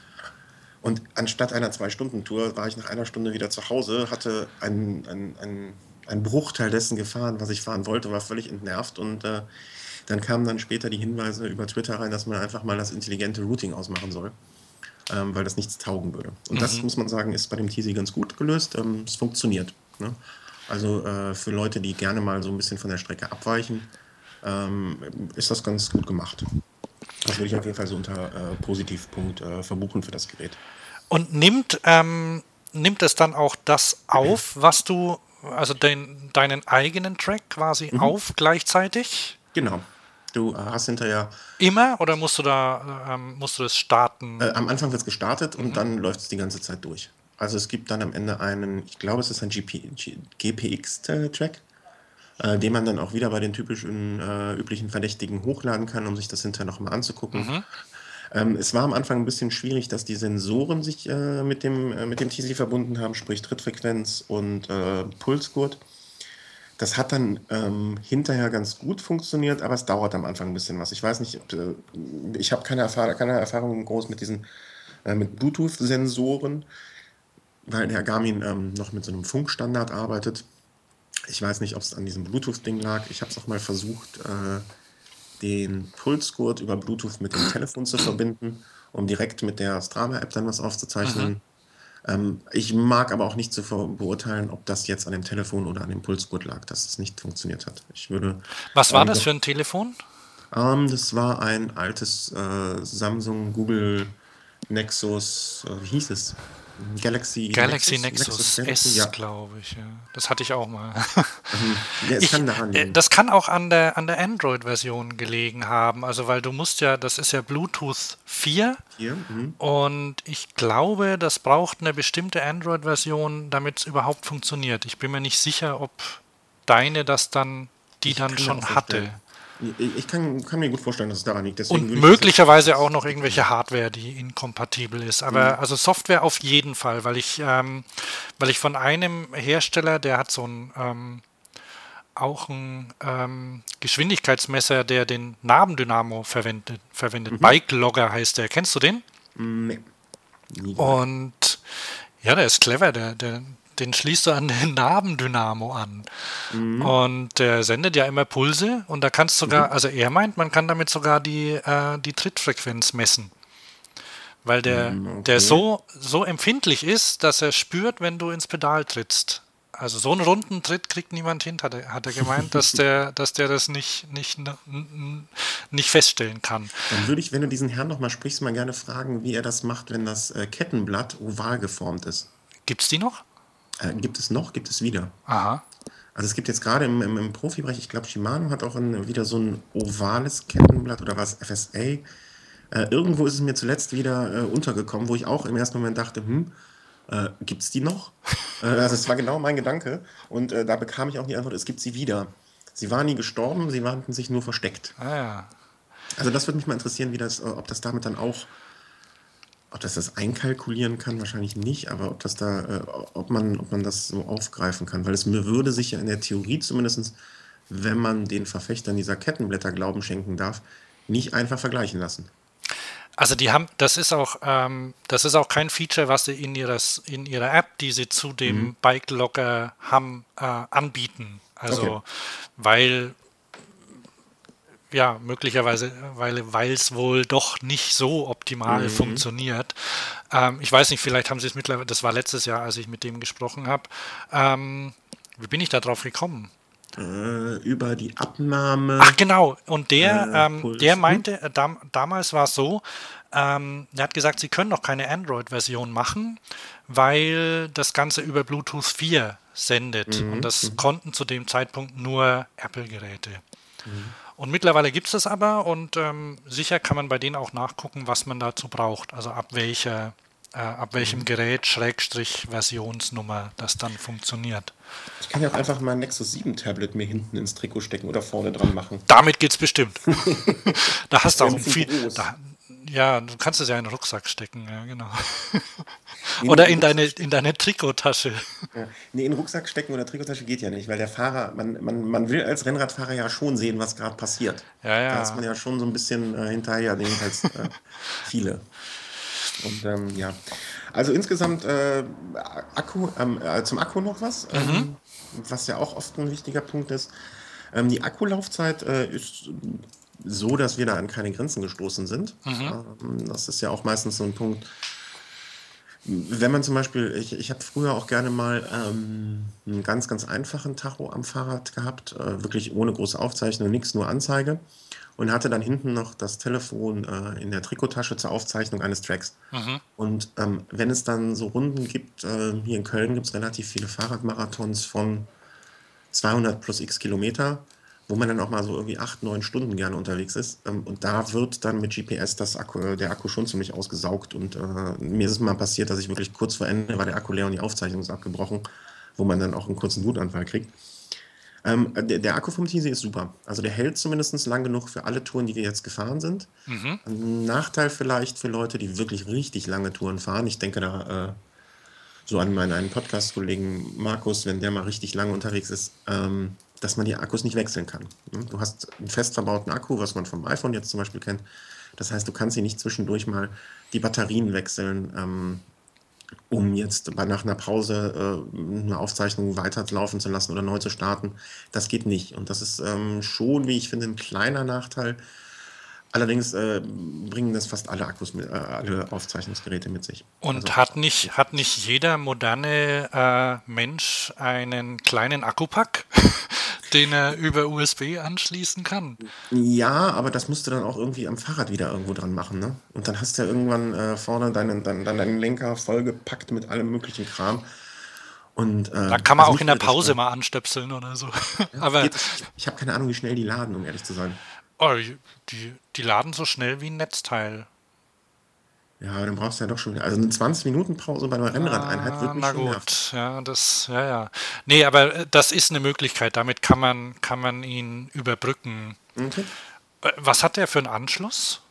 Und anstatt einer Zwei-Stunden-Tour war ich nach einer Stunde wieder zu Hause, hatte einen, einen, einen, einen Bruchteil dessen gefahren, was ich fahren wollte, war völlig entnervt und äh, dann kamen dann später die Hinweise über Twitter rein, dass man einfach mal das intelligente Routing ausmachen soll, ähm, weil das nichts taugen würde. Und das, muss man sagen, ist bei dem Tizzy ganz gut gelöst. Ähm, es funktioniert. Ne? Also äh, für Leute, die gerne mal so ein bisschen von der Strecke abweichen, ähm, ist das ganz gut gemacht. Das würde ich auf jeden Fall so unter äh, Positivpunkt äh, verbuchen für das Gerät. Und nimmt, ähm, nimmt es dann auch das auf, was du, also den, deinen eigenen Track quasi auf gleichzeitig? Genau. Du hast hinterher, Immer oder musst du da, ähm, musst du das starten? äh, am Anfang wird es gestartet und dann läuft es die ganze Zeit durch. Also es gibt dann am Ende einen, ich glaube, es ist ein G P, G P X-Track, äh, den man dann auch wieder bei den typischen äh, üblichen Verdächtigen hochladen kann, um sich das hinterher nochmal anzugucken. Mhm. Ähm, es war am Anfang ein bisschen schwierig, dass die Sensoren sich äh, mit dem, äh, mit dem T C verbunden haben, sprich Trittfrequenz und äh, Pulsgurt. Das hat dann ähm, hinterher ganz gut funktioniert, aber es dauert am Anfang ein bisschen was. Ich weiß nicht, ob, äh, ich habe keine, Erfahr keine Erfahrung groß mit diesen äh, mit Bluetooth-Sensoren, weil der Garmin ähm, noch mit so einem Funkstandard arbeitet. Ich weiß nicht, ob es an diesem Bluetooth-Ding lag. Ich habe es auch mal versucht, äh, den Pulsgurt über Bluetooth mit dem Telefon zu verbinden, um direkt mit der Strava-App dann was aufzuzeichnen. Mhm. Ähm, ich mag aber auch nicht zu ver- beurteilen, ob das jetzt an dem Telefon oder an dem Pulsgurt lag, dass es nicht funktioniert hat. Ich würde Was war ähm, das doch- für ein Telefon? ähm, das war ein altes äh, Samsung Google Nexus, äh, wie hieß es? Galaxy Galaxy Nexus? Nexus Galaxy? S, Ja. glaube ich. Ja. Das hatte ich auch mal. Mhm. Ja, es Ich, kann daran äh, liegen. das kann auch an der, an der Android-Version gelegen haben. Also, weil du musst ja, das ist ja Bluetooth vier Hier, mhm. und ich glaube, das braucht eine bestimmte Android-Version, damit es überhaupt funktioniert. Ich bin mir nicht sicher, ob deine das dann, die Ich dann kann mir auch schon vorstellen. hatte. Ich ich kann, kann mir gut vorstellen, dass es daran liegt. Deswegen Und würde ich das jetzt möglicherweise auch als noch Tipp irgendwelche nehmen. Hardware, die inkompatibel ist. Mhm. Aber also Software auf jeden Fall, weil ich, ähm, weil ich von einem Hersteller, der hat so ein ähm, auch ein ähm, Geschwindigkeitsmesser, der den Nabendynamo verwendet. verwendet. Mhm. Bike Logger heißt der. Kennst du den? Nee, nie gehört. Und ja, der ist clever. Der, der, den schließt du an den Nabendynamo an. Mhm. Und der sendet ja immer Pulse und da kannst sogar, Mhm. also er meint, man kann damit sogar die, äh, die Trittfrequenz messen. Weil der, Mhm, der okay. so, so empfindlich ist, dass er spürt, wenn du ins Pedal trittst. Also so einen runden Tritt kriegt niemand hin, hat er, hat er gemeint, dass der, dass der das nicht, nicht, n- n- nicht feststellen kann. Dann würde ich, wenn du diesen Herrn nochmal sprichst, mal gerne fragen, wie er das macht, wenn das äh, Kettenblatt oval geformt ist. Gibt's die noch? Äh, gibt es noch? Gibt es wieder? Aha. Also es gibt jetzt gerade im, im, im Profibereich, ich glaube Shimano hat auch ein, wieder so ein ovales Kettenblatt oder was, F S A. Äh, irgendwo ist es mir zuletzt wieder äh, untergekommen, wo ich auch im ersten Moment dachte, hm, äh, gibt es die noch? Äh, also es war genau mein Gedanke und äh, da bekam ich auch die Antwort, es gibt sie wieder. Sie waren nie gestorben, sie hatten sich nur versteckt. Ah, ja. Also das würde mich mal interessieren, wie das, äh, ob das damit dann auch, ob das das einkalkulieren kann, wahrscheinlich nicht, aber ob das da, äh, ob man, ob man das so aufgreifen kann, weil es mir würde sich ja in der Theorie zumindest, wenn man den Verfechtern dieser Kettenblätter Glauben schenken darf, nicht einfach vergleichen lassen. Also die haben, das ist auch, ähm, das ist auch kein Feature, was sie in ihrer, in ihrer App, die sie zu Mhm. dem Bike Logger haben, äh, anbieten. Okay. Also weil ja, möglicherweise, weil weil es wohl doch nicht so optimal Mhm. funktioniert. Ähm, ich weiß nicht, vielleicht haben sie es mittlerweile, das war letztes Jahr, als ich mit dem gesprochen habe. Ähm, wie bin ich da drauf gekommen? Äh, über die Abnahme, Ach genau, und der, äh, ähm, Puls. der Mhm. meinte, äh, dam damals war es so, ähm, der hat gesagt, sie können noch keine Android-Version machen, weil das Ganze über Bluetooth vier sendet. Und Mhm. das Mhm. konnten zu dem Zeitpunkt nur Apple-Geräte. Mhm. Und mittlerweile gibt es das aber und ähm, sicher kann man bei denen auch nachgucken, was man dazu braucht. Also ab welcher, äh, ab welchem Mhm. Gerät, Schrägstrich, Versionsnummer das dann funktioniert. Ich kann ja auch einfach mein Nexus sieben Tablet mir hinten ins Trikot stecken oder vorne dran machen. Damit geht's bestimmt. Da hast du Wäre auch ein ein bisschen viel. groß. Da, ja, du kannst es ja in den Rucksack stecken, ja, genau. Nee, Oder in in den deine, Rucksack in deine Trikottasche. Ja. Nee, in den Rucksack stecken oder Trikottasche geht ja nicht, weil der Fahrer, man, man, man will als Rennradfahrer ja schon sehen, was gerade passiert. Ja, Da ist man ja. ja schon so ein bisschen äh, hinterher, jedenfalls äh, viele. Und ähm, ja, also insgesamt äh, Akku, ähm, äh, zum Akku noch was, Mhm. ähm, was ja auch oft ein wichtiger Punkt ist. Ähm, die Akkulaufzeit äh, ist so, dass wir da an keine Grenzen gestoßen sind. Mhm. Ähm, das ist ja auch meistens so ein Punkt, wenn man zum Beispiel, ich, ich habe früher auch gerne mal ähm, einen ganz, ganz einfachen Tacho am Fahrrad gehabt, äh, wirklich ohne große Aufzeichnung, nichts, nur Anzeige. Und hatte dann hinten noch das Telefon äh, in der Trikottasche zur Aufzeichnung eines Tracks. Mhm. Und ähm, wenn es dann so Runden gibt, äh, hier in Köln gibt es relativ viele Fahrradmarathons von zweihundert plus x Kilometer. wo man dann auch mal so irgendwie acht, neun Stunden gerne unterwegs ist. Ähm, und da wird dann mit G P S das Akku, äh, der Akku schon ziemlich ausgesaugt. Und äh, mir ist es mal passiert, dass ich wirklich kurz vor Ende war der Akku leer und die Aufzeichnung ist abgebrochen, wo man dann auch einen kurzen Wutanfall kriegt. Ähm, der, der Akku vom Teasy ist super. Also der hält zumindest lang genug für alle Touren, die wir jetzt gefahren sind. Mhm. Ein Nachteil vielleicht für Leute, die wirklich richtig lange Touren fahren. Ich denke da äh, so an meinen einen Podcast-Kollegen Markus, wenn der mal richtig lange unterwegs ist, ähm, dass man die Akkus nicht wechseln kann. Ne? Du hast einen fest verbauten Akku, was man vom iPhone jetzt zum Beispiel kennt. Das heißt, du kannst sie nicht zwischendurch mal die Batterien wechseln, ähm, um jetzt bei, nach einer Pause äh, eine Aufzeichnung weiterlaufen zu lassen oder neu zu starten. Das geht nicht. Und das ist ähm, schon, wie ich finde, ein kleiner Nachteil. Allerdings äh, bringen das fast alle Akkus, mit, äh, alle Aufzeichnungsgeräte mit sich. Also, Und hat nicht, hat nicht jeder moderne äh, Mensch einen kleinen Akkupack, den er über U S B anschließen kann? ja, aber das musst du dann auch irgendwie am Fahrrad wieder irgendwo dran machen, ne? Und dann hast du ja irgendwann äh, vorne deinen, deinen, deinen Lenker vollgepackt mit allem möglichen Kram. Und Da äh, kann man also auch mich in der würde das Pause stören. mal anstöpseln oder so. Ja, Aber geht das? Ich, ich habe keine Ahnung, wie schnell die laden, um ehrlich zu sein. oh, die, die laden so schnell wie ein Netzteil. Ja, aber dann brauchst du ja doch schon wieder. Also eine zwanzig-Minuten-Pause bei einer Rennradeinheit Ah, würde mich na schon nerven. gut, ja, das, ja, ja. Nee, aber äh, das ist eine Möglichkeit. Damit kann man, kann man ihn überbrücken. Okay. Äh, Was hat der für einen Anschluss?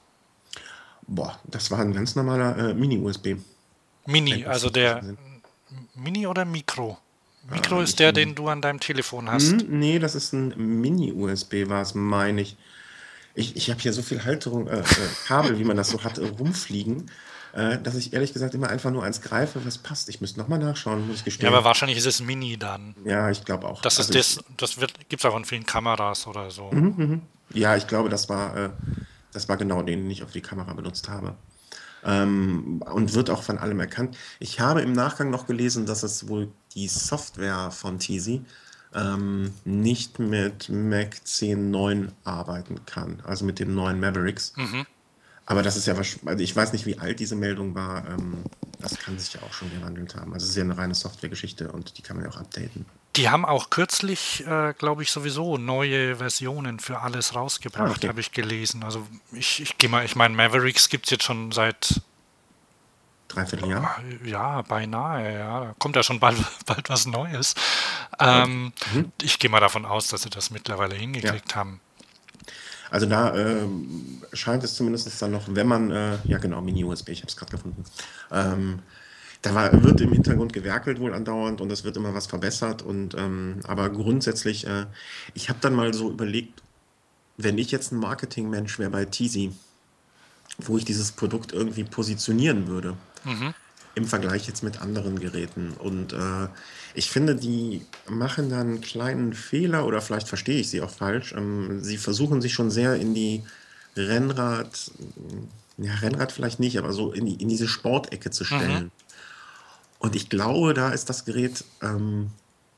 Boah, das war ein ganz normaler äh, Mini-U S B, wenn Mini, das also richtig der sind. Mini oder Mikro? Mikro Äh, ist ich, der, den du an deinem Telefon hm, hast. nee, das ist ein Mini-U S B, war es, meine ich. Ich, ich habe hier so viel Halterung, äh, äh, Kabel, wie man das so hat, äh, rumfliegen, äh, dass ich ehrlich gesagt immer einfach nur eins greife, was passt. Ich müsste nochmal nachschauen, muss ich Ja, aber gestehen. wahrscheinlich ist es Mini dann. Ja, ich glaube auch. Das Also ist ich, das, das wird, gibt's auch in vielen Kameras oder so. mhm, mhm. Ja, ich glaube, das war, äh, das war genau den, den ich auf die Kamera benutzt habe. Ähm, und wird auch von allem erkannt. Ich habe im Nachgang noch gelesen, dass es wohl die Software von Teasy ähm, nicht mit Mac zehn Punkt neun arbeiten kann, also mit dem neuen Mavericks. Mhm. Aber das ist ja wahrscheinlich, also ich weiß nicht, wie alt diese Meldung war. Ähm, das kann sich ja auch schon gewandelt haben. Also es ist ja eine reine Softwaregeschichte und die kann man ja auch updaten. Die haben auch kürzlich, äh, glaube ich, sowieso neue Versionen für alles Ah, rausgebracht, okay. habe ich gelesen. Also ich, ich gehe mal, ich meine, Mavericks gibt es jetzt schon seit, Dreivierteljahr. äh, ja, beinahe, ja. Da kommt ja schon bald, bald was Neues. Okay. Ähm, Mhm. Ich gehe mal davon aus, dass sie das mittlerweile Ja. hingekriegt haben. Also da ähm, scheint es zumindest dann noch, wenn man, äh, ja genau, Mini-U S B, ich habe es gerade gefunden. Ähm, da war, wird im Hintergrund gewerkelt wohl andauernd und es wird immer was verbessert. Und ähm, aber grundsätzlich, äh, ich habe dann mal so überlegt, wenn ich jetzt ein Marketingmensch wäre bei Teasy, wo ich dieses Produkt irgendwie positionieren würde Mhm. im Vergleich jetzt mit anderen Geräten. Und äh, ich finde, die machen dann einen kleinen Fehler oder vielleicht verstehe ich sie auch falsch. Ähm, sie versuchen sich schon sehr in die Rennrad, ja, Rennrad vielleicht nicht, aber so in, die, in diese Sportecke zu Mhm. stellen. Und ich glaube, da ist das Gerät, ähm,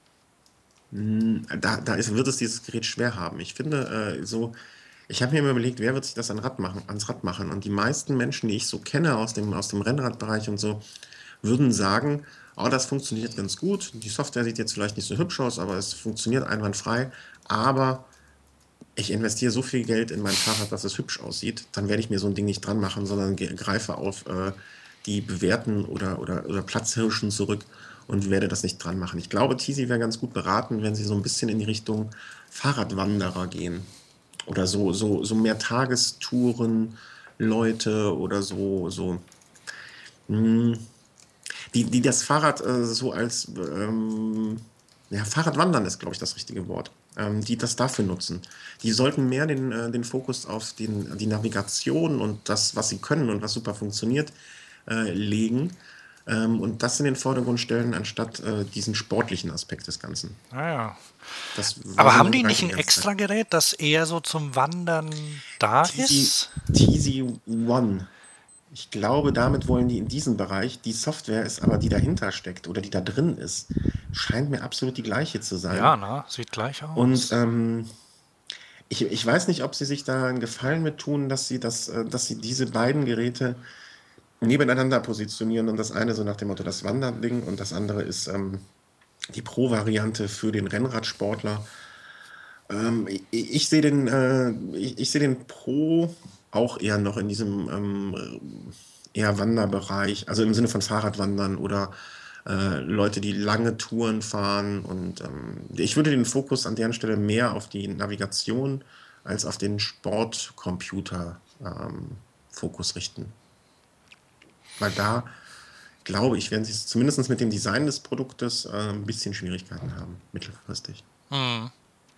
mh, da, da ist, wird es dieses Gerät schwer haben. Ich finde, äh, so, ich habe mir immer überlegt, wer wird sich das an Rad machen, ans Rad machen? Und die meisten Menschen, die ich so kenne aus dem, aus dem Rennradbereich und so, würden sagen, oh, das funktioniert ganz gut. Die Software sieht jetzt vielleicht nicht so hübsch aus, aber es funktioniert einwandfrei. Aber ich investiere so viel Geld in mein Fahrrad, dass es hübsch aussieht, dann werde ich mir so ein Ding nicht dran machen, sondern ge- greife auf äh, die bewährten oder, oder, oder Platzhirschen zurück und werde das nicht dran machen. Ich glaube, Teasy wäre ganz gut beraten, wenn sie so ein bisschen in die Richtung Fahrradwanderer gehen. Oder so, so, so mehr Tagestouren, Leute oder so, so, mh, die, die das Fahrrad äh, so als, ähm, ja, Fahrradwandern ist, glaube ich, das richtige Wort, ähm, die das dafür nutzen. Die sollten mehr den, äh, den Fokus auf den, die Navigation und das, was sie können und was super funktioniert, äh, legen ähm, und das in den Vordergrund stellen, anstatt äh, diesen sportlichen Aspekt des Ganzen. Naja. Das war Aber so haben mein die Gedanke nicht die ein ganze Zeit. extra Gerät, das eher so zum Wandern da Teasy, ist? Teasy One. Ich glaube, damit wollen die in diesem Bereich, die Software ist aber, die dahinter steckt oder die da drin ist, scheint mir absolut die gleiche zu sein. Ja, na, sieht gleich Und aus. ähm, ich, ich weiß nicht, ob sie sich da einen Gefallen mit tun, dass sie das, äh, dass sie diese beiden Geräte nebeneinander positionieren und das eine so nach dem Motto das Wanderding und das andere ist ähm, die Pro-Variante für den Rennradsportler. Ähm, ich, ich sehe den, äh, ich, ich sehe den Pro auch eher noch in diesem ähm, eher Wanderbereich, also im Sinne von Fahrradwandern oder äh, Leute, die lange Touren fahren. Und ähm, ich würde den Fokus an deren Stelle mehr auf die Navigation als auf den Sportcomputer ähm, Fokus richten. Weil da glaube ich, werden sie zumindest mit dem Design des Produktes äh, ein bisschen Schwierigkeiten haben, mittelfristig. Hm.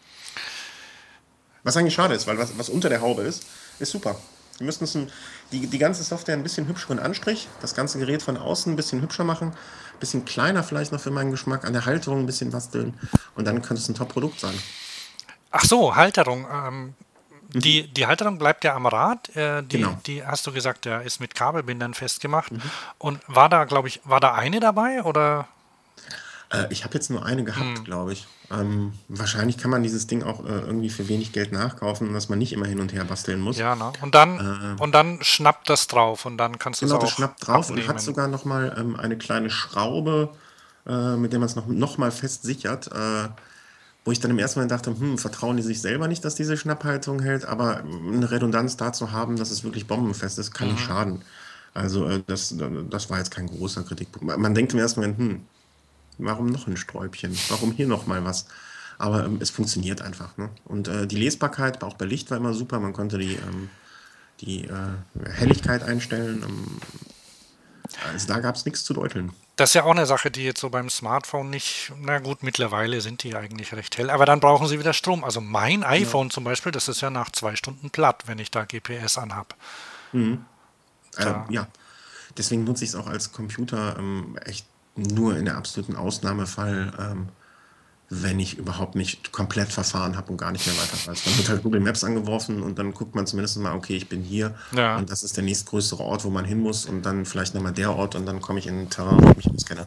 Was eigentlich schade ist, weil was, was unter der Haube ist, ist super. Wir müssten es ein, die, die ganze Software ein bisschen hübscheren Anstrich, das ganze Gerät von außen ein bisschen hübscher machen, ein bisschen kleiner vielleicht noch für meinen Geschmack, an der Halterung ein bisschen basteln und dann könnte es ein Top-Produkt sein. Ach so, Halterung. Ähm, Mhm. die, die Halterung bleibt ja am Rad. Äh, die, Genau. die hast du gesagt, der ist mit Kabelbindern festgemacht. Mhm. Und war da, glaube ich, war da eine dabei oder? Äh, ich habe jetzt nur eine gehabt, Hm. glaube ich. Ähm, wahrscheinlich kann man dieses Ding auch äh, irgendwie für wenig Geld nachkaufen, dass man nicht immer hin und her basteln muss. Ja, ne? Und dann, Äh, und dann schnappt das drauf und dann kannst du es Genau, das auch schnappt drauf und hat abnehmen. sogar noch mal ähm, eine kleine Schraube, äh, mit der man es noch, noch mal fest sichert. Äh, wo ich dann im ersten Moment dachte, hm, vertrauen die sich selber nicht, dass diese Schnapphaltung hält, aber ähm, eine Redundanz da zu haben, dass es wirklich bombenfest ist, kann nicht Mhm. schaden. Also äh, das, das war jetzt kein großer Kritikpunkt. Man man denkt im ersten Moment, hm, warum noch ein Sträubchen? Warum hier noch mal was? Aber ähm, es funktioniert einfach. Ne? Und äh, die Lesbarkeit, auch bei Licht war immer super. Man konnte die, ähm, die äh, Helligkeit einstellen. Ähm, also da gab es nichts zu deuteln. Das ist ja auch eine Sache, die jetzt so beim Smartphone nicht, na gut, mittlerweile sind die eigentlich recht hell, aber dann brauchen sie wieder Strom. Also mein Genau. iPhone zum Beispiel, das ist ja nach zwei Stunden platt, wenn ich da G P S anhab. Mhm. Äh, Da, ja, deswegen nutze ich es auch als Computer ähm, echt nur in der absoluten Ausnahmefall, ähm, wenn ich überhaupt nicht komplett verfahren habe und gar nicht mehr weiter weiß. Dann wird halt Google Maps angeworfen und dann guckt man zumindest mal, okay, ich bin hier ja. und das ist der nächstgrößere Ort, wo man hin muss und dann vielleicht nochmal der Ort und dann komme ich in ein Terrain, wo ich mich auskenne.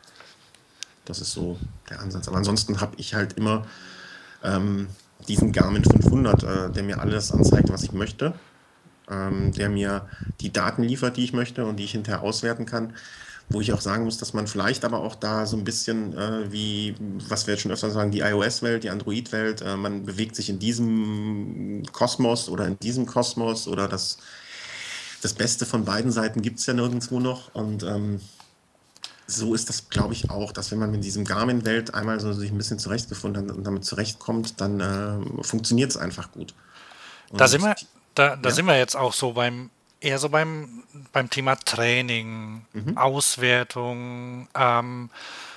Das ist so der Ansatz. Aber ansonsten habe ich halt immer ähm, diesen Garmin fünfhundert, äh, der mir alles anzeigt, was ich möchte, ähm, der mir die Daten liefert, die ich möchte und die ich hinterher auswerten kann. Wo ich auch sagen muss, dass man vielleicht aber auch da so ein bisschen äh, wie, was wir jetzt schon öfter sagen, die iOS-Welt, die Android-Welt, äh, man bewegt sich in diesem Kosmos oder in diesem Kosmos oder das, das Beste von beiden Seiten gibt es ja nirgendwo noch. Und ähm, so ist das, glaube ich, auch, dass wenn man mit diesem Garmin-Welt einmal so sich ein bisschen zurechtgefunden hat und damit zurechtkommt, dann äh, funktioniert es einfach gut. Da sind Und wir, da, da ja, sind wir jetzt auch so beim, eher so beim, beim Thema Training, mhm. Auswertung. Ähm,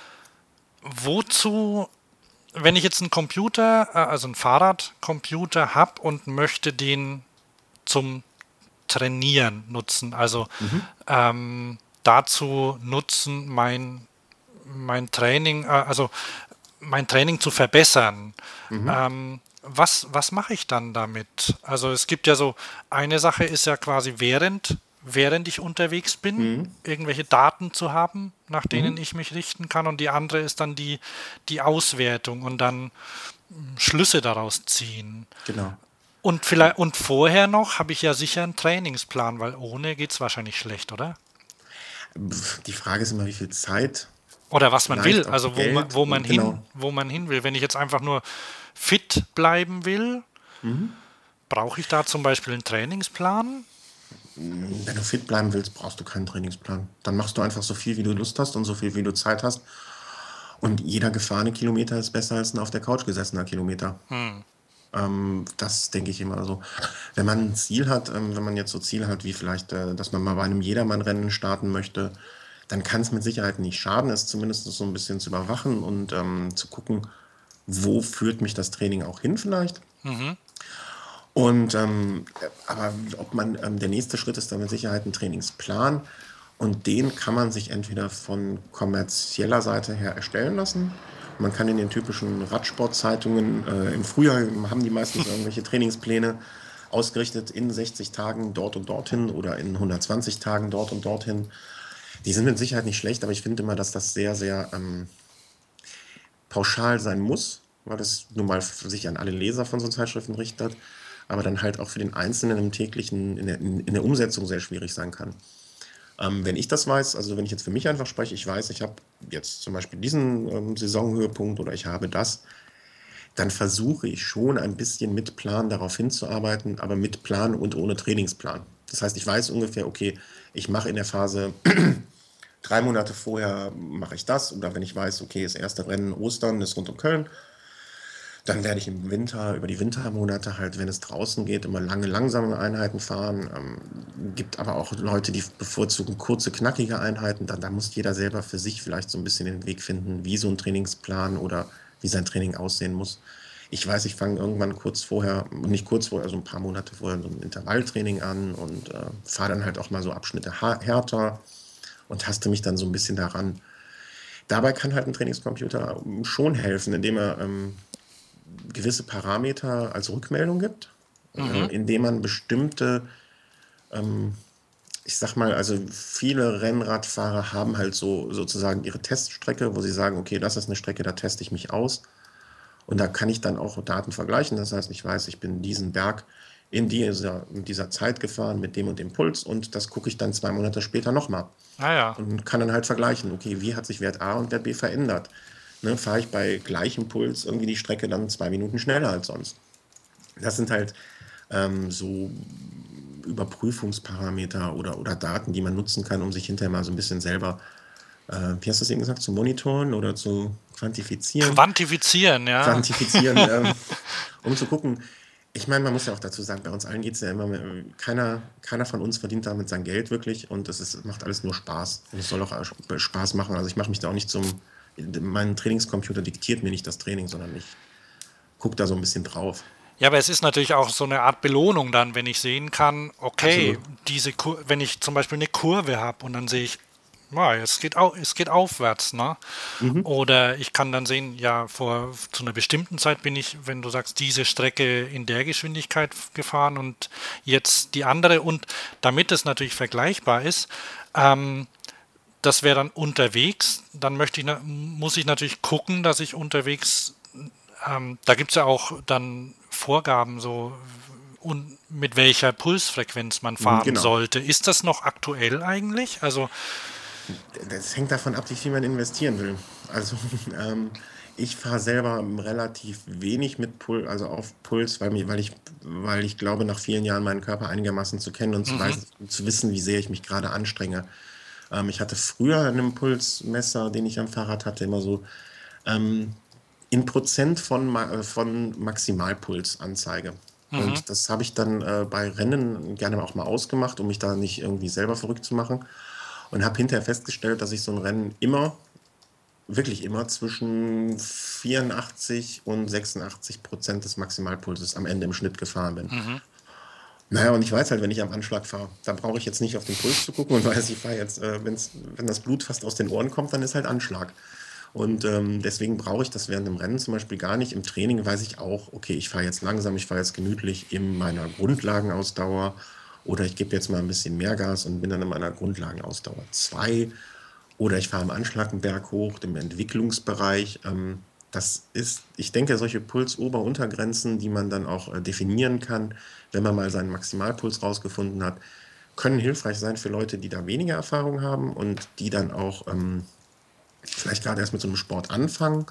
wozu, wenn ich jetzt einen Computer, äh, also einen Fahrradcomputer habe und möchte den zum Trainieren nutzen, also Mhm. ähm, dazu nutzen, mein, mein Training, äh, also mein Training zu verbessern. Mhm. Ähm, was, was mache ich dann damit? Also es gibt ja so, eine Sache ist ja quasi während, während ich unterwegs bin, Mhm. irgendwelche Daten zu haben, nach denen Mhm. ich mich richten kann. Und die andere ist dann die, die Auswertung und dann Schlüsse daraus ziehen. Genau. Und vielleicht, und vorher noch habe ich ja sicher einen Trainingsplan, weil ohne geht es wahrscheinlich schlecht, oder? Pff, Die Frage ist immer, wie viel Zeit, Oder was man will, vielleicht auch also wo man, Geld wo man und hin, genau. wo man hin will. Wenn ich jetzt einfach nur fit bleiben will, Mhm. brauche ich da zum Beispiel einen Trainingsplan? Wenn du fit bleiben willst, brauchst du keinen Trainingsplan. Dann machst du einfach so viel, wie du Lust hast und so viel, wie du Zeit hast. Und jeder gefahrene Kilometer ist besser als ein auf der Couch gesessener Kilometer. Hm. Ähm, das denke ich immer so. Wenn man ein Ziel hat, ähm, wenn man jetzt so Ziele hat, wie vielleicht, äh, dass man mal bei einem Jedermann-Rennen starten möchte, dann kann es mit Sicherheit nicht schaden, es zumindest so ein bisschen zu überwachen und ähm, zu gucken, wo führt mich das Training auch hin vielleicht. Mhm. Und ähm, aber ob man ähm, der nächste Schritt ist dann mit Sicherheit ein Trainingsplan und den kann man sich entweder von kommerzieller Seite her erstellen lassen. Man kann in den typischen Radsportzeitungen äh, im Frühjahr haben die meistens irgendwelche Trainingspläne ausgerichtet in sechzig Tagen dort und dorthin oder in hundertzwanzig Tagen dort und dorthin. Die sind mit Sicherheit nicht schlecht, aber ich finde immer, dass das sehr, sehr ähm, pauschal sein muss, weil das nun mal sich an alle Leser von so Zeitschriften richtet, aber dann halt auch für den Einzelnen im täglichen, in der, in, in der Umsetzung sehr schwierig sein kann. Ähm, wenn ich das weiß, also wenn ich jetzt für mich einfach spreche, ich weiß, ich habe jetzt zum Beispiel diesen ähm, Saisonhöhepunkt oder ich habe das, dann versuche ich schon ein bisschen mit Plan darauf hinzuarbeiten, aber mit Plan und ohne Trainingsplan. Das heißt, ich weiß ungefähr, okay, ich mache in der Phase drei Monate vorher mache ich das, oder wenn ich weiß, okay, das erste Rennen Ostern ist rund um Köln, dann werde ich im Winter, über die Wintermonate halt, wenn es draußen geht, immer lange, langsame Einheiten fahren. Ähm, gibt aber auch Leute, die bevorzugen kurze, knackige Einheiten. Dann, da muss jeder selber für sich vielleicht so ein bisschen den Weg finden, wie so ein Trainingsplan oder wie sein Training aussehen muss. Ich weiß, ich fange irgendwann kurz vorher, nicht kurz vorher, also ein paar Monate vorher, so ein Intervalltraining an und äh, fahre dann halt auch mal so Abschnitte ha- härter und taste mich dann so ein bisschen daran. Dabei kann halt ein Trainingscomputer schon helfen, indem er ähm, gewisse Parameter als Rückmeldung gibt, äh, Mhm. indem man bestimmte, ähm, ich sag mal, also viele Rennradfahrer haben halt so sozusagen ihre Teststrecke, wo sie sagen, okay, das ist eine Strecke, da teste ich mich aus. Und da kann ich dann auch Daten vergleichen. Das heißt, ich weiß, ich bin diesen Berg in dieser, in dieser Zeit gefahren mit dem und dem Puls, und das gucke ich dann zwei Monate später nochmal Naja. und kann dann halt vergleichen, okay, wie hat sich Wert A und Wert B verändert. Ne, fahre ich bei gleichem Puls irgendwie die Strecke dann zwei Minuten schneller als sonst. Das sind halt ähm, so Überprüfungsparameter oder, oder Daten, die man nutzen kann, um sich hinterher mal so ein bisschen selber, äh, wie hast du es eben gesagt, zu monitoren oder zu quantifizieren. Quantifizieren, ja. Quantifizieren, ähm, um zu gucken. Ich meine, man muss ja auch dazu sagen, bei uns allen geht es ja immer, mehr, keiner, keiner von uns verdient damit sein Geld wirklich, und es ist, macht alles nur Spaß. Und es soll auch Spaß machen. Also ich mache mich da auch nicht zum, mein Trainingscomputer diktiert mir nicht das Training, sondern ich gucke da so ein bisschen drauf. Ja, aber es ist natürlich auch so eine Art Belohnung dann, wenn ich sehen kann, okay, Absolut. diese Kur wenn ich zum Beispiel eine Kurve habe und dann sehe ich, ja, es geht, au es geht aufwärts, ne? Mhm. Oder ich kann dann sehen, ja, vor zu einer bestimmten Zeit bin ich, wenn du sagst, diese Strecke in der Geschwindigkeit gefahren und jetzt die andere. Und damit es natürlich vergleichbar ist, ähm, das wäre dann unterwegs. Dann möchte ich, na- muss ich natürlich gucken, dass ich unterwegs, ähm, da gibt es ja auch dann Vorgaben, so und mit welcher Pulsfrequenz man Mhm, fahren genau. sollte. Ist das noch aktuell eigentlich? Also, Das hängt davon ab, wie viel man investieren will. Also ähm, ich fahre selber relativ wenig mit Puls, also auf Puls, weil, mir, weil, ich, weil ich glaube, nach vielen Jahren meinen Körper einigermaßen zu kennen und zu, mhm, weiß, zu wissen, wie sehr ich mich gerade anstrenge. Ähm, ich hatte früher einen Pulsmesser, den ich am Fahrrad hatte, immer so ähm, in Prozent von, Ma äh, von Maximalpulsanzeige. mhm. Und das habe ich dann äh, bei Rennen gerne auch mal ausgemacht, um mich da nicht irgendwie selber verrückt zu machen. Und habe hinterher festgestellt, dass ich so ein Rennen immer, wirklich immer zwischen vierundachtzig und sechsundachtzig Prozent des Maximalpulses am Ende im Schnitt gefahren bin. Mhm. Naja, und ich weiß halt, wenn ich am Anschlag fahre, da brauche ich jetzt nicht auf den Puls zu gucken und weiß, ich fahre jetzt, äh, wenn's, wenn das Blut fast aus den Ohren kommt, dann ist halt Anschlag. Und ähm, deswegen brauche ich das während dem Rennen zum Beispiel gar nicht. Im Training weiß ich auch, okay, ich fahre jetzt langsam, ich fahre jetzt gemütlich in meiner Grundlagenausdauer, oder ich gebe jetzt mal ein bisschen mehr Gas und bin dann in meiner Grundlagenausdauer zwei, oder ich fahre im Anschlag einen Berg hoch, im Entwicklungsbereich. Ähm, das ist, ich denke, solche Puls-Ober-Untergrenzen, die man dann auch äh, definieren kann, wenn man mal seinen Maximalpuls rausgefunden hat, können hilfreich sein für Leute, die da weniger Erfahrung haben und die dann auch ähm, vielleicht gerade erst mit so einem Sport anfangen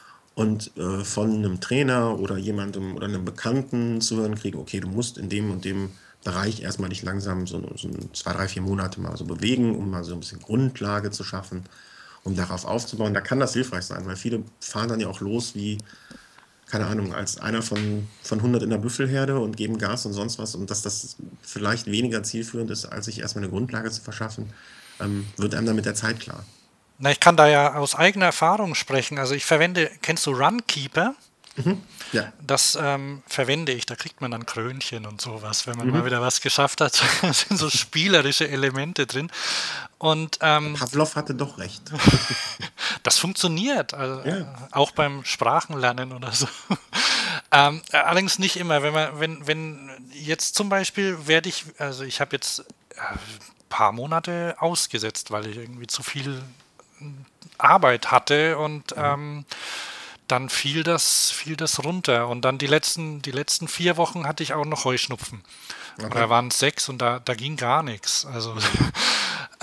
und äh, von einem Trainer oder jemandem oder einem Bekannten zu hören kriegen, okay, du musst in dem und dem Bereich erstmal dich langsam so, so zwei, drei, vier Monate mal so bewegen, um mal so ein bisschen Grundlage zu schaffen, um darauf aufzubauen. Da kann das hilfreich sein, weil viele fahren dann ja auch los wie, keine Ahnung, als einer von, von hundert in der Büffelherde und geben Gas und sonst was, und dass das vielleicht weniger zielführend ist, als sich erstmal eine Grundlage zu verschaffen, ähm, wird einem dann mit der Zeit klar. Na, ich kann da ja aus eigener Erfahrung sprechen. Also ich verwende, kennst du Runkeeper? Mhm. Ja. Das ähm, verwende ich. Da kriegt man dann Krönchen und sowas, wenn man mal Mhm. wieder was geschafft hat. Da sind so spielerische Elemente drin. Und ähm, Pavlov hatte doch recht. das funktioniert. Also, äh, Ja. auch beim Sprachenlernen oder so. Ähm, äh, allerdings nicht immer. Wenn man, wenn, wenn jetzt zum Beispiel werde ich, also ich habe jetzt ein paar Monate ausgesetzt, weil ich irgendwie zu viel Arbeit hatte und Mhm. ähm, dann fiel das, fiel das runter. Und dann die letzten, die letzten vier Wochen hatte ich auch noch Heuschnupfen. Okay. Oder waren es sechs und da, da ging gar nichts. Also Mhm.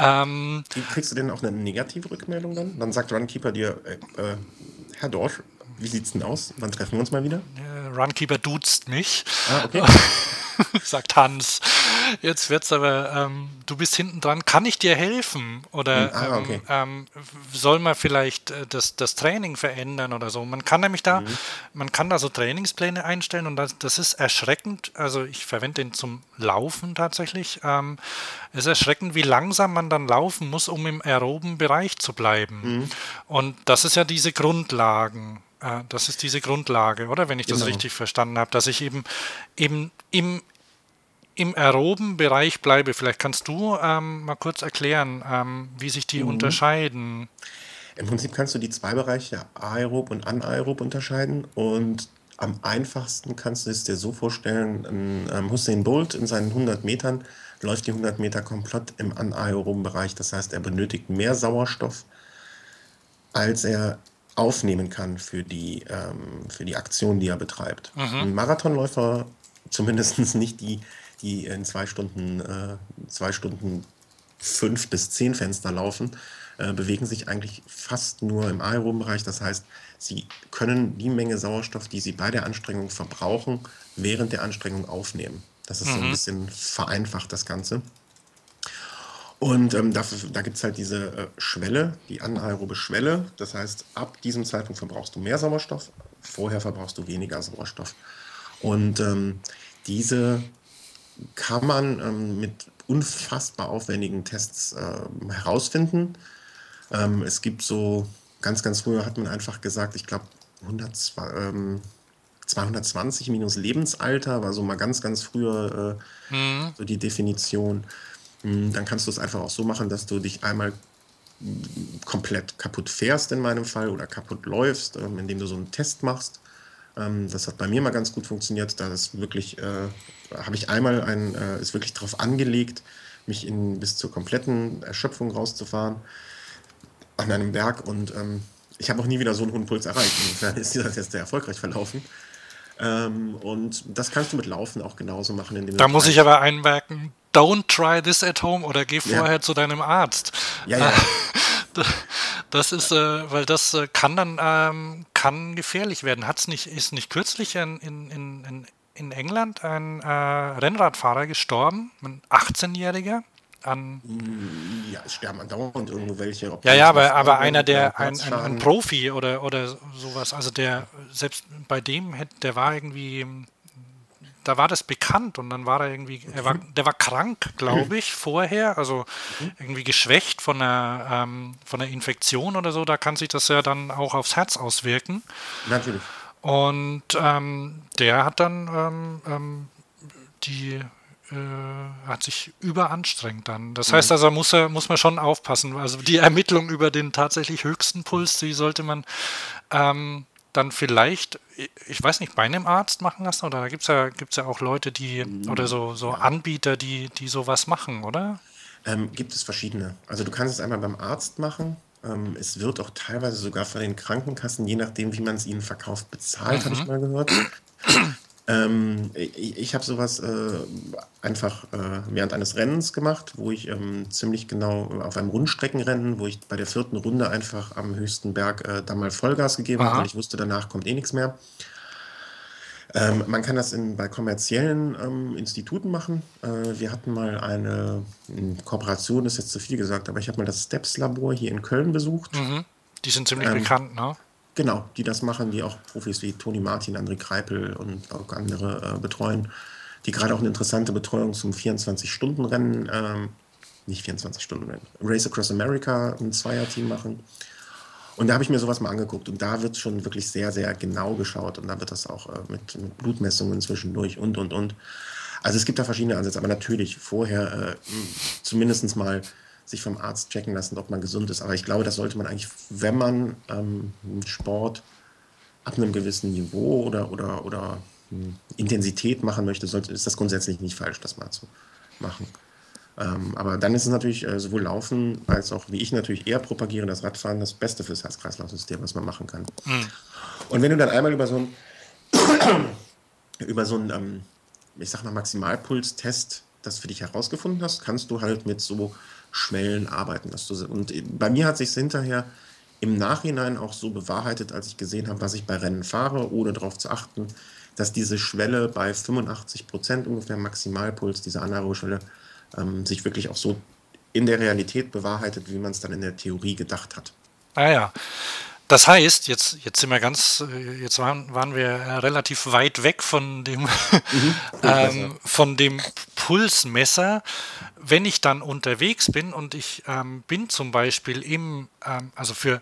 ähm, Kriegst du denn auch eine negative Rückmeldung dann? Dann sagt Runkeeper dir, äh, äh, Herr Dorsch, wie sieht's denn aus? Wann treffen wir uns mal wieder? Äh, Runkeeper duzt mich. Ah, okay. Sagt Hans. Jetzt wird's aber, ähm, du bist hinten dran, kann ich dir helfen? Oder Ah, okay. ähm, ähm, soll man vielleicht äh, das, das Training verändern oder so? Man kann nämlich da, Mhm. man kann da so Trainingspläne einstellen und das, das ist erschreckend. Also ich verwende den zum Laufen tatsächlich. Ähm, es ist erschreckend, wie langsam man dann laufen muss, um im aeroben Bereich zu bleiben. Mhm. Und das ist ja diese Grundlagen. Äh, Das ist diese Grundlage, oder? Wenn ich das Genau. richtig verstanden habe, dass ich eben, eben im, im aeroben Bereich bleibe. Vielleicht kannst du ähm, mal kurz erklären, ähm, wie sich die Mhm. unterscheiden. Im Prinzip kannst du die zwei Bereiche aerob und anaerob unterscheiden und am einfachsten kannst du es dir so vorstellen, ein, ähm, Usain Bolt in seinen hundert Metern läuft die hundert Meter komplett im anaeroben Bereich. Das heißt, er benötigt mehr Sauerstoff, als er aufnehmen kann für die, ähm, für die Aktion, die er betreibt. Mhm. Ein Marathonläufer, zumindest nicht die, die in zwei Stunden, äh, zwei Stunden fünf bis zehn Fenster laufen, äh, bewegen sich eigentlich fast nur im aeroben Bereich. Das heißt, sie können die Menge Sauerstoff, die sie bei der Anstrengung verbrauchen, während der Anstrengung aufnehmen. Das ist so ein Mhm. bisschen vereinfacht, das Ganze. Und ähm, dafür, da gibt es halt diese äh, Schwelle, die anaerobe Schwelle. Das heißt, ab diesem Zeitpunkt verbrauchst du mehr Sauerstoff, vorher verbrauchst du weniger Sauerstoff. Und ähm, diese kann man ähm, mit unfassbar aufwendigen Tests ähm, herausfinden. Ähm, es gibt so, ganz, ganz früher hat man einfach gesagt, ich glaube, ähm, zweihundertzwanzig minus Lebensalter war so mal ganz, ganz früher äh, Mhm. so die Definition. Mm, Dann kannst du es einfach auch so machen, dass du dich einmal komplett kaputt fährst in meinem Fall oder kaputt läufst, ähm, indem du so einen Test machst. Ähm, das hat bei mir mal ganz gut funktioniert. Da ist wirklich, äh, habe ich einmal ein, äh, ist wirklich darauf angelegt, mich in, bis zur kompletten Erschöpfung rauszufahren an einem Berg und ähm, ich habe auch nie wieder so einen hohen Puls erreicht. Insofern ist dieser Test sehr erfolgreich verlaufen. Ähm, und das kannst du mit Laufen auch genauso machen, indem du Da muss ich gleich, aber einmerken, don't try this at home oder geh ja, vorher zu deinem Arzt. ja, Äh, ja, Das ist, äh, weil das äh, kann dann ähm, kann gefährlich werden. Hat's nicht, ist nicht kürzlich in, in, in, in in England ein äh, Rennradfahrer gestorben, ein achtzehn-Jähriger, an. Mm, ja, es sterben andauernd irgendwo welche, ob Ja, die ja, jetzt aber, aber überfahren einer, werden oder einen der, ein, ein, ein Herzschaden. Profi oder, oder sowas, also der, selbst bei dem, hätte, der war irgendwie, da war das bekannt und dann war er irgendwie, er war, Okay. der war krank, glaube ich, vorher, also Mhm. irgendwie geschwächt von einer, ähm, von einer Infektion oder so, da kann sich das ja dann auch aufs Herz auswirken. Natürlich. Und ähm, der hat dann ähm, ähm, die äh, hat sich überanstrengt dann. Das heißt Mhm. also, muss, er, muss man schon aufpassen. Also die Ermittlung über den tatsächlich höchsten Puls, die sollte man ähm, dann vielleicht, ich weiß nicht, bei einem Arzt machen lassen. Oder da gibt es ja, gibt's ja auch Leute, die, oder Mm, so, so Ja, Anbieter, die, die sowas machen, oder? ähm, gibt es verschiedene. Also du kannst es einmal beim Arzt machen. Ähm, es wird auch teilweise sogar von den Krankenkassen, je nachdem, wie man es ihnen verkauft, bezahlt, habe ich Mhm. mal gehört. Ähm, ich ich habe sowas äh, einfach äh, während eines Rennens gemacht, wo ich ähm, ziemlich genau auf einem Rundstreckenrennen, wo ich bei der vierten Runde einfach am höchsten Berg äh, da mal Vollgas gegeben habe, weil Aha. ich wusste, danach kommt eh nichts mehr. Ähm, man kann das in, bei kommerziellen ähm, Instituten machen. Äh, wir hatten mal eine m, Kooperation, ist jetzt zu viel gesagt, aber ich habe mal das Steps-Labor hier in Köln besucht. Mhm. Die sind ziemlich Ähm, bekannt, ne? genau, die das machen, die auch Profis wie Toni Martin, André Kreipel und auch andere äh, betreuen, die gerade auch eine interessante Betreuung zum vierundzwanzig-Stunden-Rennen, ähm, nicht vierundzwanzig-Stunden-Rennen, Race Across America, ein Zweierteam machen. Und da habe ich mir sowas mal angeguckt und da wird schon wirklich sehr, sehr genau geschaut und da wird das auch äh, mit, mit Blutmessungen zwischendurch und, und, und. Also es gibt da verschiedene Ansätze, aber natürlich vorher äh, zumindest mal sich vom Arzt checken lassen, ob man gesund ist. Aber ich glaube, das sollte man eigentlich, wenn man ähm, Sport ab einem gewissen Niveau oder, oder, oder hm, Intensität machen möchte, sollte, ist das grundsätzlich nicht falsch, das mal zu machen. Ähm, aber dann ist es natürlich äh, sowohl Laufen als auch, wie ich natürlich eher propagiere, das Radfahren das Beste fürs Herz-Kreislauf-System, was man machen kann. Mhm. Und wenn du dann einmal über so einen, über so einen ähm, ich sag mal, Maximalpuls-Test das für dich herausgefunden hast, kannst du halt mit so Schwellen arbeiten. Dass du, und bei mir hat sich hinterher im Nachhinein auch so bewahrheitet, als ich gesehen habe, was ich bei Rennen fahre, ohne darauf zu achten, dass diese Schwelle bei fünfundachtzig Prozent ungefähr Maximalpuls, diese anaerobe Schwelle, ähm, sich wirklich auch so in der Realität bewahrheitet, wie man es dann in der Theorie gedacht hat. Ah ja. Das heißt, jetzt, jetzt sind wir ganz, äh, jetzt waren, waren wir äh, relativ weit weg von dem, Mhm. ähm, von dem Pulsmesser. Wenn ich dann unterwegs bin und ich ähm, bin zum Beispiel im, ähm, also für,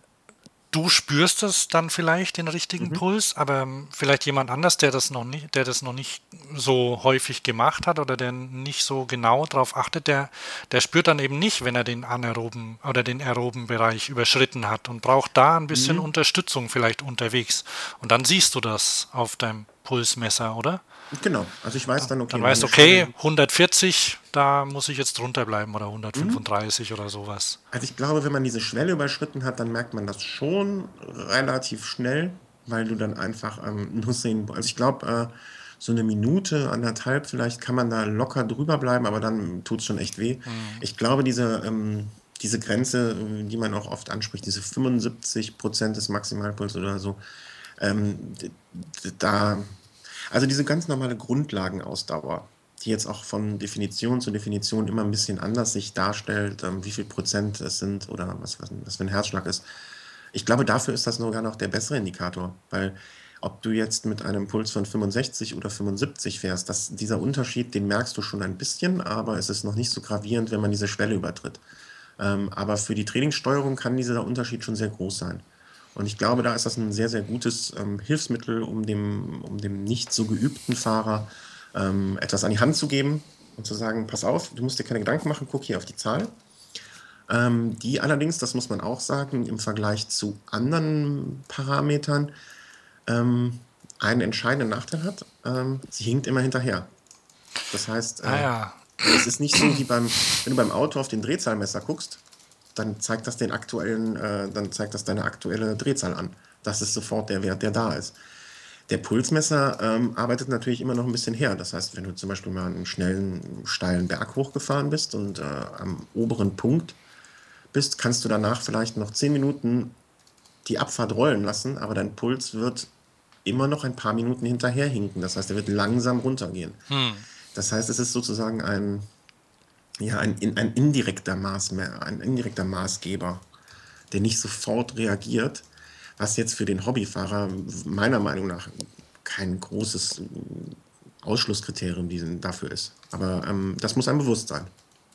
du spürst es dann vielleicht, den richtigen Mhm. Puls, aber ähm, vielleicht jemand anders, der das noch nicht, der das noch nicht so häufig gemacht hat oder der nicht so genau darauf achtet, der, der spürt dann eben nicht, wenn er den anaeroben oder den aeroben Bereich überschritten hat und braucht da ein bisschen Mhm. Unterstützung vielleicht unterwegs. Und dann siehst du das auf deinem Pulsmesser, oder? Genau, also ich weiß dann, okay, Dann weißt du, meine okay, Schwelle. hundertvierzig, da muss ich jetzt drunter bleiben oder Mhm. hundertfünfunddreißig oder sowas. Also ich glaube, wenn man diese Schwelle überschritten hat, dann merkt man das schon relativ schnell, weil du dann einfach ähm, nur sehen, also ich glaube, äh, so eine Minute, anderthalb vielleicht kann man da locker drüber bleiben, aber dann tut es schon echt weh. Hm. Ich glaube, diese, ähm, diese Grenze, äh, die man auch oft anspricht, diese fünfundsiebzig Prozent des Maximalpuls oder so, ähm, d- d- da, also diese ganz normale Grundlagenausdauer, die jetzt auch von Definition zu Definition immer ein bisschen anders sich darstellt, ähm, wie viel Prozent es sind oder was, was, was für ein Herzschlag ist. Ich glaube, dafür ist das sogar noch der bessere Indikator, weil ob du jetzt mit einem Puls von fünfundsechzig oder fünfundsiebzig fährst, das, dieser Unterschied, den merkst du schon ein bisschen, aber es ist noch nicht so gravierend, wenn man diese Schwelle übertritt. Ähm, aber für die Trainingssteuerung kann dieser Unterschied schon sehr groß sein. Und ich glaube, da ist das ein sehr, sehr gutes ähm, Hilfsmittel, um dem, um dem nicht so geübten Fahrer ähm, etwas an die Hand zu geben und zu sagen, pass auf, du musst dir keine Gedanken machen, guck hier auf die Zahl. Ähm, die allerdings, das muss man auch sagen, im Vergleich zu anderen Parametern ähm, einen entscheidenden Nachteil hat. Ähm, sie hinkt immer hinterher. Das heißt, Ah äh, ja. es ist nicht so wie beim, wenn du beim Auto auf den Drehzahlmesser guckst, dann zeigt das den aktuellen, äh, dann zeigt das deine aktuelle Drehzahl an. Das ist sofort der Wert, der da ist. Der Pulsmesser ähm, arbeitet natürlich immer noch ein bisschen her. Das heißt, wenn du zum Beispiel mal einen schnellen, steilen Berg hochgefahren bist und äh, am oberen Punkt bist, kannst du danach vielleicht noch zehn Minuten die Abfahrt rollen lassen, aber dein Puls wird immer noch ein paar Minuten hinterherhinken. Das heißt, er wird langsam runtergehen. Hm. Das heißt, es ist sozusagen ein, ja, ein, ein, indirekter Maß, ein indirekter Maßgeber, der nicht sofort reagiert, was jetzt für den Hobbyfahrer meiner Meinung nach kein großes Ausschlusskriterium diesen, dafür ist. Aber ähm, das muss einem bewusst sein.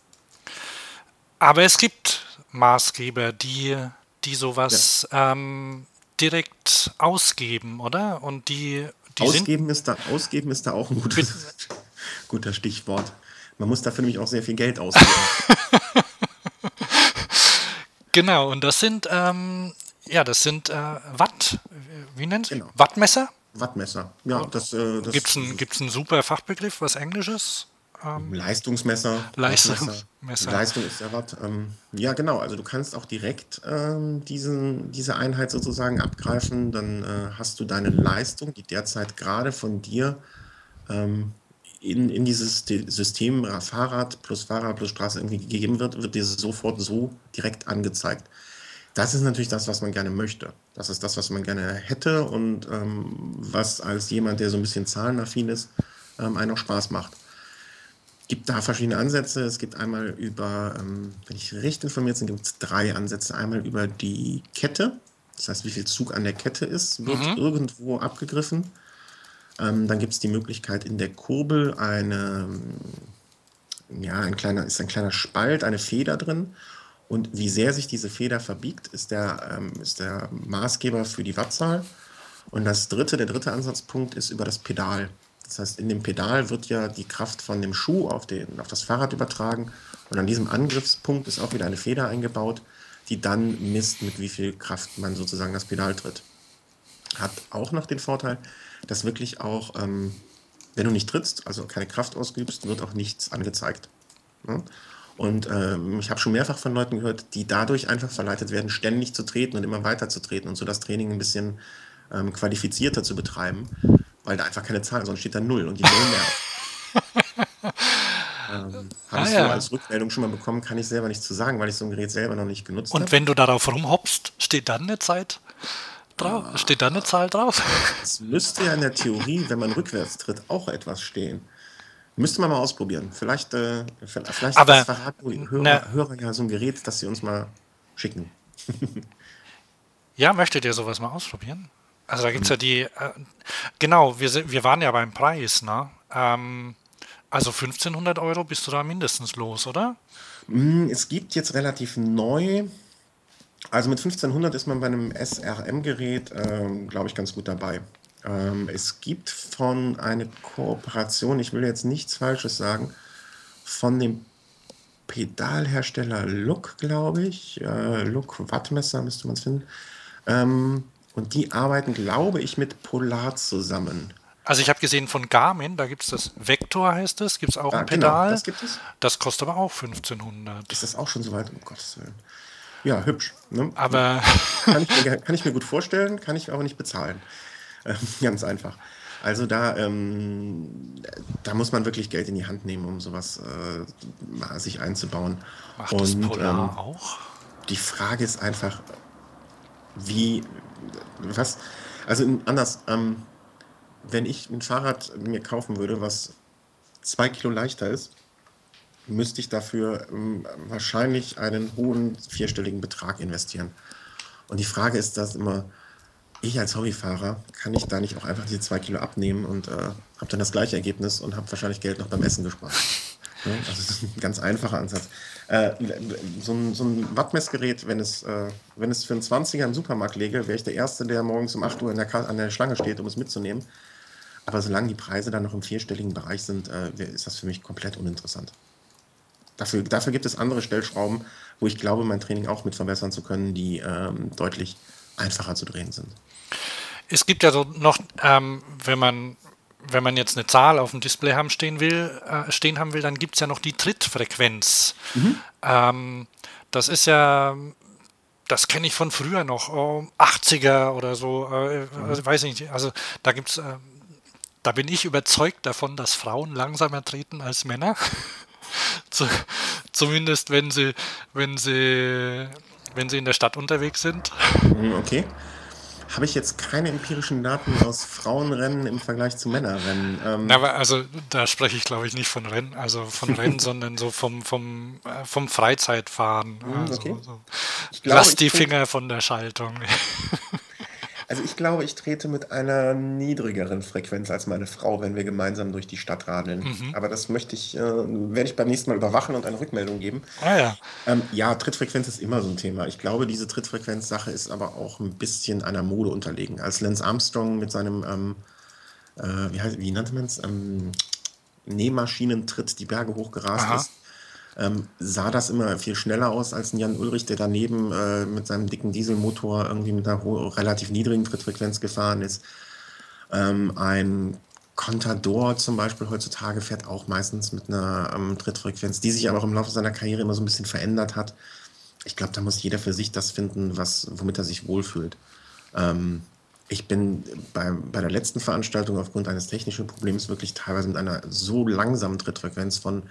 Aber es gibt Maßgeber, die, die Ja. sowas ähm, direkt ausgeben, oder? Und die, die sind. Ausgeben ist da, ausgeben ist da auch ein gutes, guter Stichwort. Man muss dafür nämlich auch sehr viel Geld ausgeben. Genau, und das sind, ähm, ja, das sind äh, Watt, wie nennt sich? Genau. Wattmesser? Wattmesser. Ja, das, äh, Gibt es das einen, gibt's einen super Fachbegriff, was Englisches? Ähm, Leistungsmesser, Wattmesser. Die Leistungsmesser. Leistung ist der Watt. Ähm, ja, genau. Also du kannst auch direkt ähm, diesen, diese Einheit sozusagen abgreifen. Dann äh, hast du deine Leistung, die derzeit gerade von dir ähm, in, in dieses System äh, Fahrrad plus Fahrrad plus Straße irgendwie gegeben wird, wird dir sofort so direkt angezeigt. Das ist natürlich das, was man gerne möchte. Das ist das, was man gerne hätte und ähm, was als jemand, der so ein bisschen zahlenaffin ist, ähm, einen auch Spaß macht. Es gibt da verschiedene Ansätze. Es gibt einmal über, ähm, wenn ich recht informiert bin, gibt es drei Ansätze. Einmal über die Kette, das heißt, wie viel Zug an der Kette ist, wird Mhm. irgendwo abgegriffen. Ähm, dann gibt es die Möglichkeit, in der Kurbel eine, ja, ein kleiner, ist ein kleiner Spalt, eine Feder drin. Und wie sehr sich diese Feder verbiegt, ist der, ähm, ist der Maßgeber für die Wattzahl. Und das dritte, der dritte Ansatzpunkt ist über das Pedal. Das heißt, in dem Pedal wird ja die Kraft von dem Schuh auf, den, auf das Fahrrad übertragen. Und an diesem Angriffspunkt ist auch wieder eine Feder eingebaut, die dann misst, mit wie viel Kraft man sozusagen das Pedal tritt. Hat auch noch den Vorteil, dass wirklich auch, ähm, wenn du nicht trittst, also keine Kraft ausübst, wird auch nichts angezeigt. Ne? Und ähm, ich habe schon mehrfach von Leuten gehört, die dadurch einfach verleitet werden, ständig zu treten und immer weiter zu treten und so das Training ein bisschen ähm, qualifizierter zu betreiben, weil da einfach keine Zahlen, sonst steht da Null und die Null nervt. Ähm, habe Ah ich so ja. als Rückmeldung schon mal bekommen, kann ich selber nicht zu sagen, weil ich so ein Gerät selber noch nicht genutzt Und habe. wenn du darauf rumhoppst, Steht dann eine Zeit drauf? Steht dann eine Zahl drauf? Es müsste ja in der Theorie, wenn man rückwärts tritt, auch etwas stehen. Müsste man mal ausprobieren. Vielleicht, äh, vielleicht Aber, das verraten die Hörer, ne- Hörer ja so ein Gerät, das sie uns mal schicken. Ja, möchtet ihr sowas mal ausprobieren? Also da gibt es ja die, äh, genau, wir, sind, wir waren ja beim Preis, ne? Ähm, also fünfzehnhundert Euro bist du da mindestens los, oder? Mm, Es gibt jetzt relativ neu, also mit fünfzehnhundert ist man bei einem S R M-Gerät, ähm, glaube ich, ganz gut dabei. Ähm, es gibt von einer Kooperation, ich will jetzt nichts Falsches sagen, von dem Pedalhersteller Look, glaube ich, äh, Look Wattmesser müsste man es finden. Ähm, und die arbeiten, glaube ich, mit Polar zusammen. Also ich habe gesehen von Garmin, da gibt es das Vector, heißt es, gibt es auch Ah, ein genau, Pedal. das gibt es. Das kostet aber auch fünfzehnhundert. Ist das auch schon soweit? Um Gottes Willen. Ja, hübsch. Ne? Aber Kann ich mir, kann ich mir gut vorstellen, kann ich aber nicht bezahlen. Ähm, ganz einfach. Also da, ähm, da muss man wirklich Geld in die Hand nehmen, um sowas äh, mal sich einzubauen. macht das Und Polar ähm, auch? die Frage ist einfach, wie, was, also in- anders, ähm, wenn ich ein Fahrrad mir kaufen würde, was zwei Kilo leichter ist, müsste ich dafür ähm, wahrscheinlich einen hohen vierstelligen Betrag investieren. Und die Frage ist, dass immer, ich als Hobbyfahrer, kann ich da nicht auch einfach diese zwei Kilo abnehmen und äh, habe dann das gleiche Ergebnis und habe wahrscheinlich Geld noch beim Essen gespart. Ne? Also das ist ein ganz einfacher Ansatz. Äh, so, ein, so ein Wattmessgerät, wenn es, äh, wenn es für einen zwanziger im Supermarkt lege, wäre ich der Erste, der morgens um acht Uhr in der Ka an der Schlange steht, um es mitzunehmen. Aber solange die Preise dann noch im vierstelligen Bereich sind, äh, ist das für mich komplett uninteressant. Dafür, dafür gibt es andere Stellschrauben, wo ich glaube, mein Training auch mit verbessern zu können, die ähm, deutlich einfacher zu drehen sind. Es gibt ja so noch, ähm, wenn man wenn man jetzt eine Zahl auf dem Display haben stehen will, äh, stehen haben will, dann gibt es ja noch die Trittfrequenz. Mhm. Ähm, das ist ja, das kenne ich von früher noch, oh, achtziger oder so, äh, also weiß ich nicht. Also da gibt's, äh, da bin ich überzeugt davon, dass Frauen langsamer treten als Männer. Zu, zumindest wenn sie, wenn sie, wenn sie in der Stadt unterwegs sind. Mhm, okay. Habe ich jetzt keine empirischen Daten aus Frauenrennen im Vergleich zu Männerrennen. Ähm, Na, aber also da spreche ich glaube ich nicht von Rennen, also von Rennen, sondern so vom, vom, äh, vom Freizeitfahren. mhm, Also, okay. so. Ich glaube, Lass ich die trete, Finger von der Schaltung. also ich glaube, ich trete mit einer niedrigeren Frequenz als meine Frau, wenn wir gemeinsam durch die Stadt radeln. Mhm. Aber das möchte ich, äh, werde ich beim nächsten Mal überwachen und eine Rückmeldung geben. Ah ja. Ähm, ja, Trittfrequenz ist immer so ein Thema. Ich glaube, diese Trittfrequenz-Sache ist aber auch ein bisschen einer Mode unterlegen. Als Lance Armstrong mit seinem, ähm, äh, wie, heißt, wie nannte man es, ähm, Nähmaschinentritt die Berge hochgerast Aha. ist, ähm, sah das immer viel schneller aus als ein Jan Ulrich, der daneben äh, mit seinem dicken Dieselmotor irgendwie mit einer ho- relativ niedrigen Trittfrequenz gefahren ist. Ähm, ein Contador zum Beispiel heutzutage fährt auch meistens mit einer ähm, Trittfrequenz, die sich aber auch im Laufe seiner Karriere immer so ein bisschen verändert hat. Ich glaube, da muss jeder für sich das finden, was, womit er sich wohlfühlt. Ähm, ich bin bei, bei der letzten Veranstaltung aufgrund eines technischen Problems wirklich teilweise mit einer so langsamen Trittfrequenz von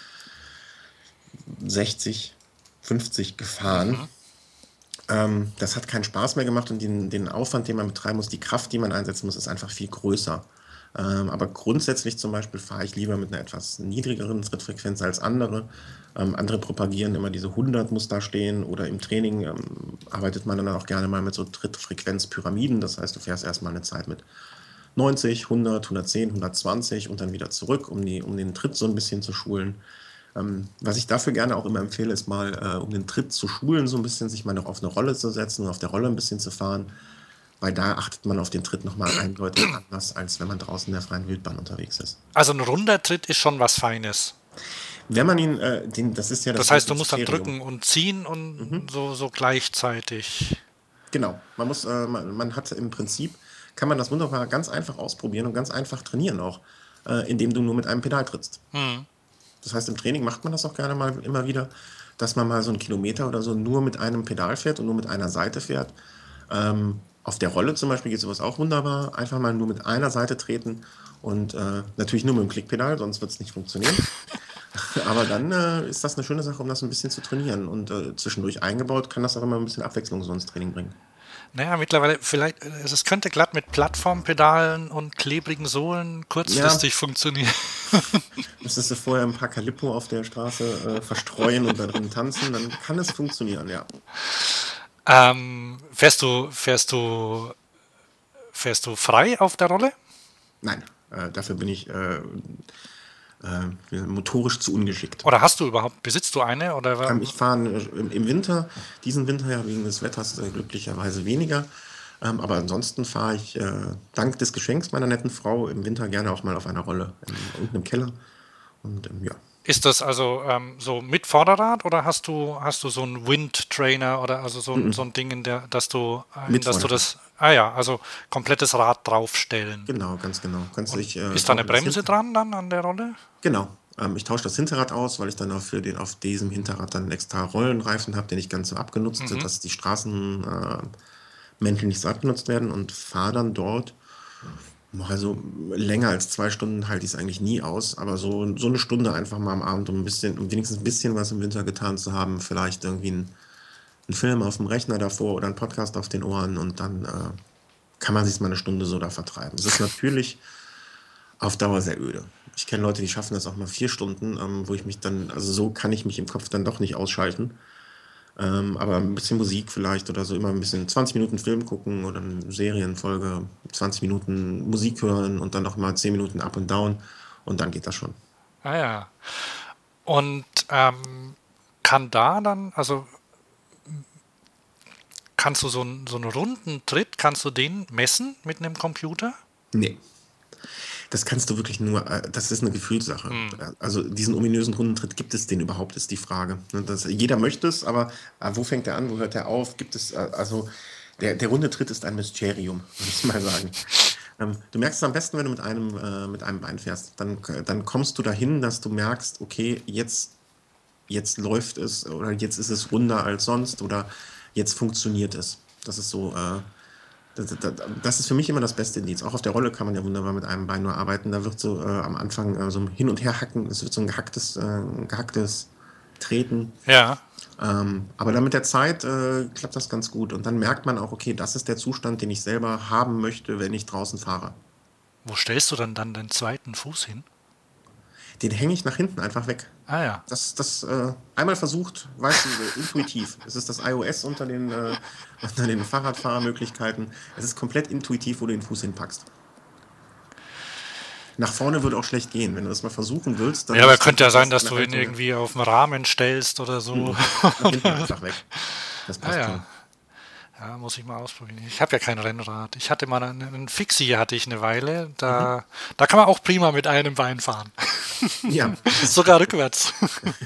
sechzig, fünfzig gefahren. Mhm. Ähm, das hat keinen Spaß mehr gemacht und den, den Aufwand, den man betreiben muss, die Kraft, die man einsetzen muss, ist einfach viel größer. Ähm, aber grundsätzlich zum Beispiel fahre ich lieber mit einer etwas niedrigeren Trittfrequenz als andere. Ähm, andere propagieren immer diese hundert muss da stehen oder im Training ähm, arbeitet man dann auch gerne mal mit so Trittfrequenzpyramiden. Das heißt, du fährst erstmal eine Zeit mit neunzig, hundert, hundertzehn, hundertzwanzig und dann wieder zurück, um, die, um den Tritt so ein bisschen zu schulen. Ähm, was ich dafür gerne auch immer empfehle, ist mal, äh, um den Tritt zu schulen, so ein bisschen sich mal noch auf eine Rolle zu setzen und auf der Rolle ein bisschen zu fahren, weil da achtet man auf den Tritt nochmal eindeutig anders, als wenn man draußen in der freien Wildbahn unterwegs ist. Also ein runder Tritt ist schon was Feines. Wenn man ihn, äh, den, das ist ja das Das heißt, du musst dann Kriterium. drücken und ziehen und so, so gleichzeitig. Genau, man muss, äh, man, man hat im Prinzip, kann man das wunderbar ganz einfach ausprobieren und ganz einfach trainieren auch, äh, indem du nur mit einem Pedal trittst. Hm. Das heißt, im Training macht man das auch gerne mal immer wieder, dass man mal so einen Kilometer oder so nur mit einem Pedal fährt und nur mit einer Seite fährt. Ähm, auf der Rolle zum Beispiel geht sowas auch wunderbar. Einfach mal nur mit einer Seite treten und äh, natürlich nur mit dem Klickpedal, sonst wird es nicht funktionieren. Aber dann äh, ist das eine schöne Sache, um das ein bisschen zu trainieren. Und äh, zwischendurch eingebaut kann das auch immer ein bisschen Abwechslung so ins Training bringen. Naja, mittlerweile vielleicht, also es könnte glatt mit Plattformpedalen und klebrigen Sohlen Ja, kurzfristig funktionieren. müsstest du vorher ein paar Calippo auf der Straße äh, verstreuen und da drin tanzen, dann kann es funktionieren, ja. Ähm, fährst du, fährst du, fährst du frei auf der Rolle? Nein, äh, dafür bin ich äh, äh, motorisch zu ungeschickt. Oder hast du überhaupt, besitzt du eine? Oder wa- Ähm, ich fahre äh, im, im Winter, diesen Winter ja wegen des Wetters äh, glücklicherweise weniger. Ähm, aber ansonsten fahre ich äh, dank des Geschenks meiner netten Frau im Winter gerne auch mal auf einer Rolle in irgendeinem Keller. Und ähm, ja, ist das also ähm, so mit Vorderrad oder hast du hast du so einen Wind Trainer oder also so ein, so mhm. ein Ding, in der, dass du, äh, in Mit das du Vorderrad. das, ah ja, also komplettes Rad draufstellen. Genau, ganz genau. Kannst Und dich äh, ist da eine tauschen das Bremse hin. dran dann an der Rolle? Genau. Ähm, ich tausche das Hinterrad aus, weil ich dann auch für den, auf diesem Hinterrad dann extra Rollenreifen habe, der nicht ganz so abgenutzt sind, Mhm. dass die Straßenmäntel äh, nicht so abgenutzt werden und fahre dann dort. Also länger als zwei Stunden halte ich es eigentlich nie aus, aber so, so eine Stunde einfach mal am Abend, um ein bisschen, um wenigstens ein bisschen was im Winter getan zu haben, vielleicht irgendwie ein, ein Film auf dem Rechner davor oder ein Podcast auf den Ohren und dann äh, kann man sich mal eine Stunde so da vertreiben. Es ist natürlich auf Dauer sehr öde. Ich kenne Leute, die schaffen das auch mal vier Stunden, ähm, wo ich mich dann, also so kann ich mich im Kopf dann doch nicht ausschalten. Ähm, aber ein bisschen Musik vielleicht oder so immer ein bisschen zwanzig Minuten Film gucken oder eine Serienfolge, zwanzig Minuten Musik hören und dann noch mal zehn Minuten Up und Down und dann geht das schon. Ah ja. Und ähm, kann da dann, also kannst du so, einen so einen runden Tritt, kannst du den messen mit einem Computer? Nee, das kannst du wirklich nur, äh, das ist eine Gefühlssache. Hm. Also diesen ominösen Rundentritt, gibt es den überhaupt, ist die Frage. Ne, Das, jeder möchte es, aber äh, wo fängt er an, wo hört er auf? Gibt es, äh, also der, der runde Tritt ist ein Mysterium, würde ich mal sagen. Ähm, du merkst es am besten, wenn du mit einem, äh, mit einem Bein fährst. Dann, dann kommst du dahin, dass du merkst, okay, jetzt, jetzt läuft es oder jetzt ist es runder als sonst oder jetzt funktioniert es. Das ist so, äh, das, das, das ist für mich immer das beste Indiz. Auch auf der Rolle kann man ja wunderbar mit einem Bein nur arbeiten. Da wird so äh, am Anfang äh, so ein Hin- und Herhacken, es wird so ein gehacktes, äh, gehacktes Treten. Ja. Ähm, aber dann mit der Zeit äh, klappt das ganz gut. Und dann merkt man auch, okay, das ist der Zustand, den ich selber haben möchte, wenn ich draußen fahre. Wo stellst du dann dann den zweiten Fuß hin? Den hänge ich nach hinten einfach weg. Ah ja. Das, das äh, einmal versucht, weißt du, so intuitiv. Es ist das iOS unter den, äh, unter den Fahrradfahrermöglichkeiten. Es ist komplett intuitiv, wo du den Fuß hinpackst. Nach vorne würde auch schlecht gehen. Wenn du das mal versuchen willst, Ja, dann aber musst du könnte ja die sein, dass erste du ihn Haltung. irgendwie auf den Rahmen stellst oder so. Mhm. Nach hinten einfach weg. Das Ah passt ja. schon. Ja, muss ich mal ausprobieren. Ich habe ja kein Rennrad. Ich hatte mal einen, einen Fixie hatte ich eine Weile. Mhm. Da, da kann man auch prima mit einem Bein fahren. Ja, Sogar rückwärts.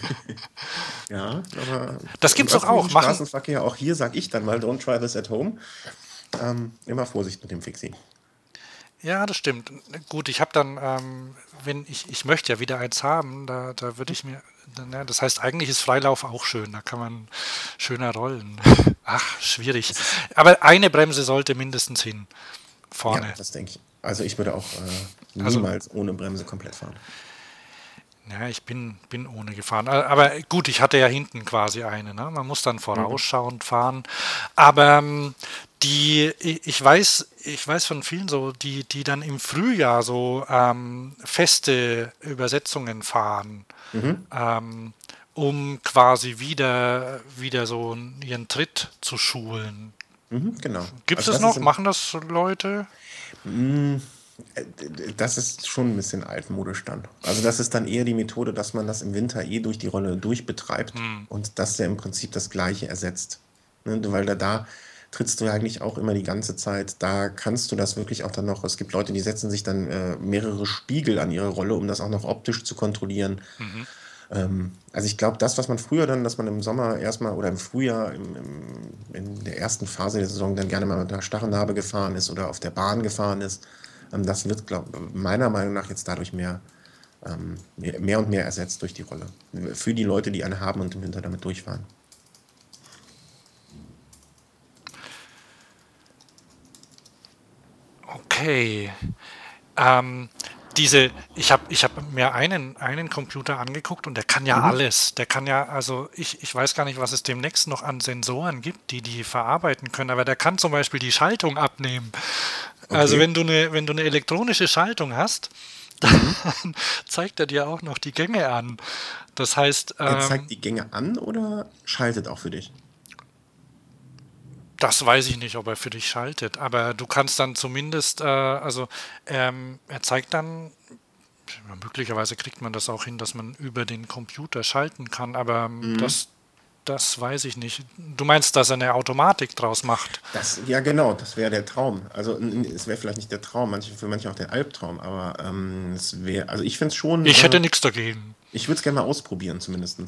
ja, aber Das im gibt's doch öffentlichen auch. Machen. Straßenverkehr, auch hier sage ich dann mal, don't try this at home. Ähm, immer Vorsicht mit dem Fixie. Ja, das stimmt. Gut, ich habe dann, ähm, wenn ich, ich möchte ja wieder eins haben, da, da würde ich mir, ne, das heißt, eigentlich ist Freilauf auch schön, da kann man schöner rollen. Ach, schwierig. Das ist, Aber eine Bremse sollte mindestens hin, ja, vorne. das denke ich. Also ich würde auch äh, Also, niemals ohne Bremse komplett fahren. ja, ich bin, bin ohne gefahren. A- Aber gut, ich hatte ja hinten quasi eine. Ne? Man muss dann Mhm. vorausschauend fahren. Aber ähm, die, ich ich weiß, ich weiß von vielen so, die, die dann im Frühjahr so ähm, feste Übersetzungen fahren, Mhm. ähm, um quasi wieder, wieder so ihren Tritt zu schulen. Mhm. Genau. Gibt es Also das das ist noch? im, Machen das Leute? Mm, äh, Das ist schon ein bisschen altmodisch dann. Also das ist dann eher die Methode, dass man das im Winter eh durch die Rolle durchbetreibt Hm. und dass der im Prinzip das Gleiche ersetzt. Ne? Weil da, da trittst du ja eigentlich auch immer die ganze Zeit. Da kannst du das wirklich auch dann noch. Es gibt Leute, die setzen sich dann äh, mehrere Spiegel an ihre Rolle, um das auch noch optisch zu kontrollieren. Mhm. Ähm, also ich glaube, das, was man früher dann, dass man im Sommer erstmal oder im Frühjahr im, im, in der ersten Phase der Saison dann gerne mal mit der Stachelnabe gefahren ist oder auf der Bahn gefahren ist, ähm, das wird, glaub, meiner Meinung nach jetzt dadurch mehr, ähm, mehr, mehr und mehr ersetzt durch die Rolle. Für die Leute, die eine haben und im Winter damit durchfahren. Okay. Ähm, diese, ich habe ich hab mir einen, einen Computer angeguckt und der kann ja Mhm. alles. Der kann ja, also ich, ich weiß gar nicht, was es demnächst noch an Sensoren gibt, die die verarbeiten können, aber der kann zum Beispiel die Schaltung abnehmen. Also Okay. wenn du eine, wenn du eine elektronische Schaltung hast, Mhm. dann zeigt er dir auch noch die Gänge an. Das heißt, Er zeigt ähm, die Gänge an oder schaltet auch für dich? das weiß ich nicht, ob er für dich schaltet, aber du kannst dann zumindest, äh, also ähm, er zeigt dann, möglicherweise kriegt man das auch hin, dass man über den Computer schalten kann, aber ähm, Mhm. das, das weiß ich nicht. Du meinst, dass er eine Automatik draus macht? Das, ja, genau, das wäre der Traum. Also n- n- es wäre vielleicht nicht der Traum, manche, für manche auch der Albtraum, aber ähm, es wäre, also ich finde es schon, Ich hätte äh, nichts dagegen. ich würde es gerne mal ausprobieren zumindest.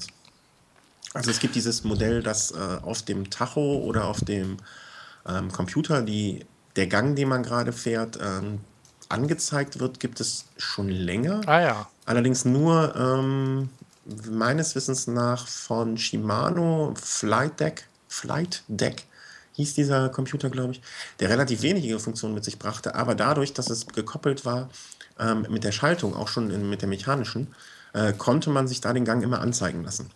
Also es gibt dieses Modell, dass äh, auf dem Tacho oder auf dem ähm, Computer die, der Gang, den man gerade fährt, ähm, angezeigt wird, gibt es schon länger. Ah ja. Allerdings nur ähm, meines Wissens nach von Shimano Flight Deck, Flight Deck hieß dieser Computer, glaube ich, der relativ wenige Funktionen mit sich brachte, aber dadurch, dass es gekoppelt war ähm, mit der Schaltung, auch schon in, mit der mechanischen, äh, konnte man sich da den Gang immer anzeigen lassen.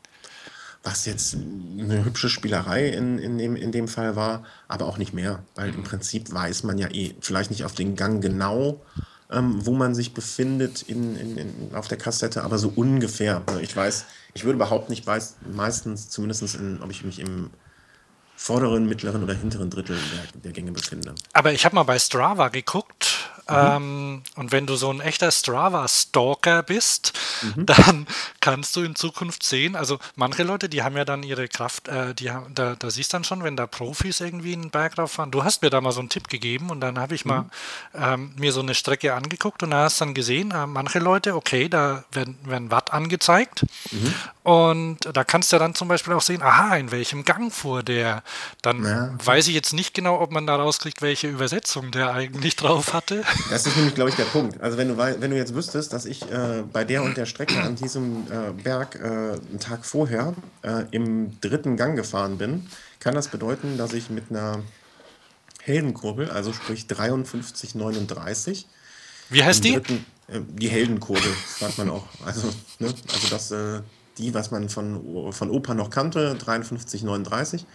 Was jetzt eine hübsche Spielerei in, in, dem, in dem Fall war, aber auch nicht mehr, weil im Prinzip weiß man ja eh, vielleicht nicht auf den Gang genau, ähm, wo man sich befindet in, in, in, auf der Kassette, aber so ungefähr. Also ich weiß, ich würde überhaupt nicht weiß, meistens, zumindest in, ob ich mich im vorderen, mittleren oder hinteren Drittel der, der Gänge befinde. Aber ich habe mal bei Strava geguckt, Mhm. ähm, und wenn du so ein echter Strava-Stalker bist, Mhm. dann kannst du in Zukunft sehen, also manche Leute, die haben ja dann ihre Kraft, äh, die haben, da, da siehst dann schon, wenn da Profis irgendwie einen Berg rauf fahren. Du hast mir da mal so einen Tipp gegeben und dann habe ich mal Mhm. ähm, mir so eine Strecke angeguckt und da hast dann gesehen, äh, manche Leute, okay, da werden, werden Watt angezeigt. Mhm. Und da kannst du ja dann zum Beispiel auch sehen, aha, in welchem Gang fuhr der. Dann Ja, okay. weiß ich jetzt nicht genau, ob man da rauskriegt, welche Übersetzung der eigentlich drauf hatte. Das ist nämlich, glaube ich, der Punkt. Also wenn du, wei- wenn du jetzt wüsstest, dass ich äh, bei der und der Strecke an diesem äh, Berg äh, einen Tag vorher äh, im dritten Gang gefahren bin, kann das bedeuten, dass ich mit einer Heldenkurbel, also sprich dreiundfünfzig neununddreißig, Wie heißt im die? dritten, äh, die Heldenkurbel, sagt man auch. Also, ne, also das, äh, die, was man von, von Opa noch kannte, dreiundfünfzig neununddreißig.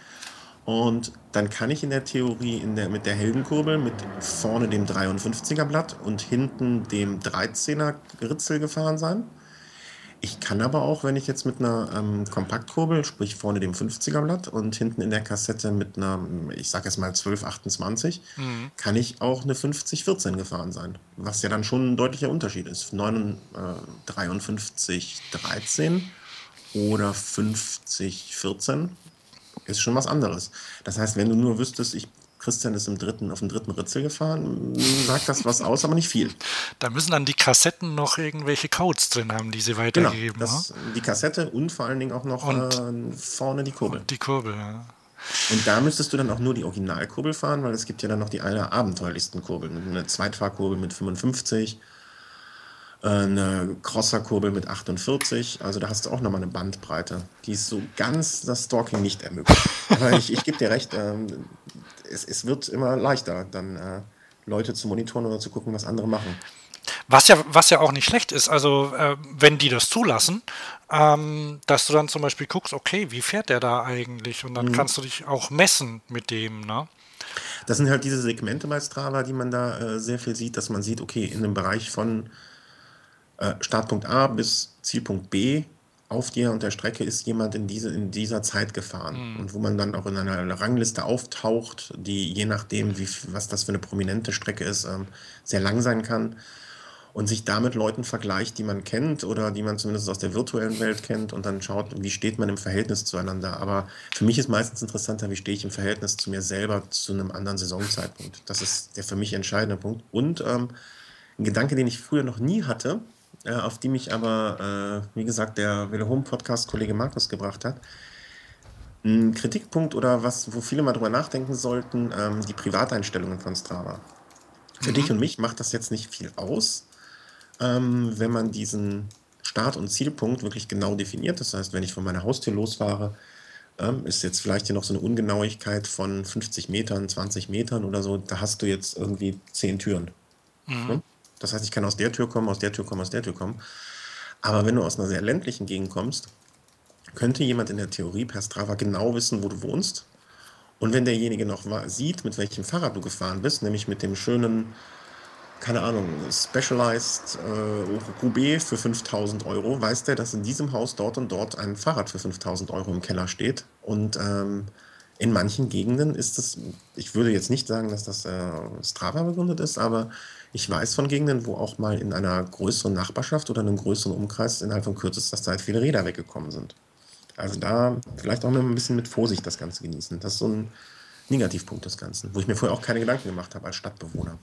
Und dann kann ich in der Theorie in der, mit der Heldenkurbel mit vorne dem dreiundfünfziger Blatt und hinten dem dreizehner Ritzel gefahren sein. Ich kann aber auch, wenn ich jetzt mit einer ähm, Kompaktkurbel, sprich vorne dem fünfziger Blatt und hinten in der Kassette mit einer, ich sag jetzt mal zwölf achtundzwanzig, Hm. kann ich auch eine fünfzig vierzehn gefahren sein. Was ja dann schon ein deutlicher Unterschied ist. neun, äh, dreiundfünfzig dreizehn oder fünfzig vierzehn ist schon was anderes. Das heißt, wenn du nur wüsstest, ich, Christian ist im dritten, auf dem dritten Ritzel gefahren, sagt das was aus, aber nicht viel. Da müssen dann die Kassetten noch irgendwelche Codes drin haben, die sie Genau, weitergeben haben. das, die Kassette und vor allen Dingen auch noch Und, äh, vorne die Kurbel. und die Kurbel. Ja. Und da müsstest du dann auch nur die Originalkurbel fahren, weil es gibt ja dann noch die allerabenteuerlichsten Kurbeln. Eine Zweitfahrkurbel mit fünfundfünfzig, äh, eine Crosserkurbel mit achtundvierzig. Also da hast du auch nochmal eine Bandbreite, die es so ganz das Stalking nicht ermöglicht. Aber ich, ich gebe dir recht, ähm, es, es wird immer leichter, dann äh, Leute zu monitoren oder zu gucken, was andere machen. Was ja, was ja auch nicht schlecht ist, also äh, wenn die das zulassen, ähm, dass du dann zum Beispiel guckst, okay, wie fährt der da eigentlich? Und dann Mhm. kannst du dich auch messen mit dem, ne? Das sind halt diese Segmente bei Strava, die man da äh, sehr viel sieht, dass man sieht, okay, in einem Bereich von äh, Startpunkt A bis Zielpunkt B auf der und der Strecke ist jemand in, diese, in dieser Zeit gefahren. Hm. Und wo man dann auch in einer Rangliste auftaucht, die je nachdem, wie, was das für eine prominente Strecke ist, ähm, sehr lang sein kann. Und sich damit Leuten vergleicht, die man kennt oder die man zumindest aus der virtuellen Welt kennt und dann schaut, wie steht man im Verhältnis zueinander. Aber für mich ist meistens interessanter, wie stehe ich im Verhältnis zu mir selber zu einem anderen Saisonzeitpunkt. Das ist der für mich entscheidende Punkt. Und ähm, ein Gedanke, den ich früher noch nie hatte, äh, auf die mich aber, äh, wie gesagt, der Welle Home Podcast-Kollege Markus gebracht hat. Ein Kritikpunkt oder was, wo viele mal drüber nachdenken sollten, ähm, die Privateinstellungen von Strava. Für dich Mhm. und mich macht das jetzt nicht viel aus, ähm, wenn man diesen Start- und Zielpunkt wirklich genau definiert. Das heißt, wenn ich von meiner Haustür losfahre, ähm, ist jetzt vielleicht hier noch so eine Ungenauigkeit von fünfzig Metern, zwanzig Metern oder so, da hast du jetzt irgendwie zehn Türen. Mhm. Ne? Das heißt, ich kann aus der Tür kommen, aus der Tür kommen, aus der Tür kommen. Aber wenn du aus einer sehr ländlichen Gegend kommst, könnte jemand in der Theorie per Strava genau wissen, wo du wohnst. Und wenn derjenige noch wa- sieht, mit welchem Fahrrad du gefahren bist, nämlich mit dem schönen, keine Ahnung, Specialized äh, Roubaix für fünftausend Euro, weiß der, dass in diesem Haus dort und dort ein Fahrrad für fünftausend Euro im Keller steht. Und ähm, in manchen Gegenden ist es, ich würde jetzt nicht sagen, dass das äh, Strava begründet ist, aber ich weiß von Gegenden, wo auch mal in einer größeren Nachbarschaft oder einem größeren Umkreis innerhalb von kürzester Zeit viele Räder weggekommen sind. Also da vielleicht auch mal ein bisschen mit Vorsicht das Ganze genießen. Das ist so ein Negativpunkt des Ganzen, wo ich mir vorher auch keine Gedanken gemacht habe als Stadtbewohner.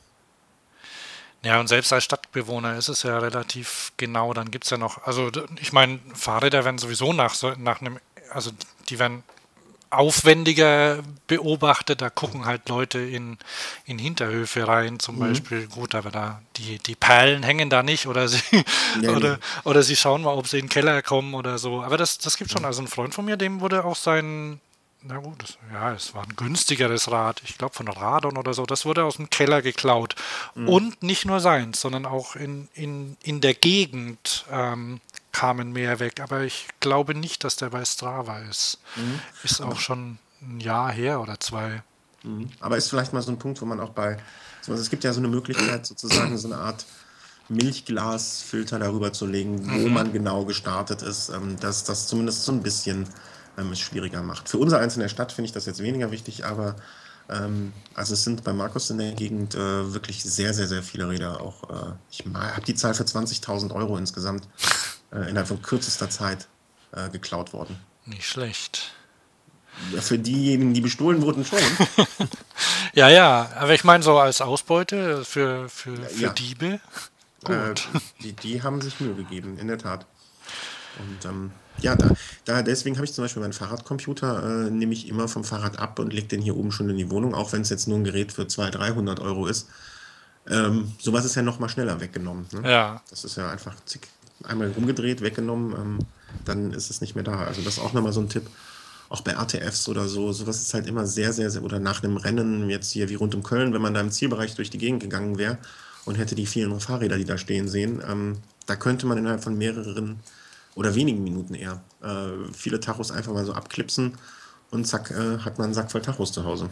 Ja, und selbst als Stadtbewohner ist es ja relativ genau, dann gibt es ja noch, also d- ich meine, Fahrräder werden sowieso nach, so- nach einem, also die werden aufwendiger beobachtet, da gucken halt Leute in, in Hinterhöfe rein zum Mhm. Beispiel, gut, aber da die, die Perlen hängen da nicht oder sie Nee, oder, nee. oder sie schauen mal, ob sie in den Keller kommen oder so. Aber das, das gibt schon, Mhm. also ein Freund von mir, dem wurde auch sein, na gut, das, ja, es war ein günstigeres Rad, ich glaube von Radon oder so, das wurde aus dem Keller geklaut. Mhm. Und nicht nur seins, sondern auch in, in, in der Gegend ähm, kamen mehr weg. Aber ich glaube nicht, dass der bei Strava ist. Mhm. Ist auch Aber, schon ein Jahr her oder zwei. mhm. Aber ist vielleicht mal so ein Punkt, wo man auch bei, so, also es gibt ja so eine Möglichkeit, sozusagen so eine Art Milchglasfilter darüber zu legen, wo Mhm. man genau gestartet ist, ähm, dass das zumindest so ein bisschen ähm, es schwieriger macht. Für unser Eins in der Stadt finde ich das jetzt weniger wichtig, aber ähm, also es sind bei Markus in der Gegend äh, wirklich sehr, sehr, sehr viele Räder. Auch äh, ich habe die Zahl für zwanzigtausend Euro insgesamt äh, innerhalb von kürzester Zeit äh, geklaut worden. Nicht schlecht. Ja, für diejenigen, die bestohlen wurden, schon. Ja, ja, aber ich meine so als Ausbeute für, für, Ja, für ja. Diebe, Äh, gut. die, die haben sich Mühe gegeben, in der Tat. Und ähm, ja, da, da deswegen habe ich zum Beispiel meinen Fahrradcomputer, äh, nehme ich immer vom Fahrrad ab und lege den hier oben schon in die Wohnung, auch wenn es jetzt nur ein Gerät für zweihundert, dreihundert Euro ist. Ähm, sowas ist ja noch mal schneller weggenommen. Ne? Ja, Das ist ja einfach zick, einmal rumgedreht, weggenommen, ähm, dann ist es nicht mehr da. Also das ist auch nochmal so ein Tipp. Auch bei A T Fs oder so, sowas ist halt immer sehr, sehr, sehr, oder nach einem Rennen, jetzt hier wie rund um Köln, wenn man da im Zielbereich durch die Gegend gegangen wäre und hätte die vielen Fahrräder, die da stehen, sehen, ähm, da könnte man innerhalb von mehreren oder wenigen Minuten eher äh, viele Tachos einfach mal so abklipsen und zack, äh, hat man einen Sack voll Tachos zu Hause.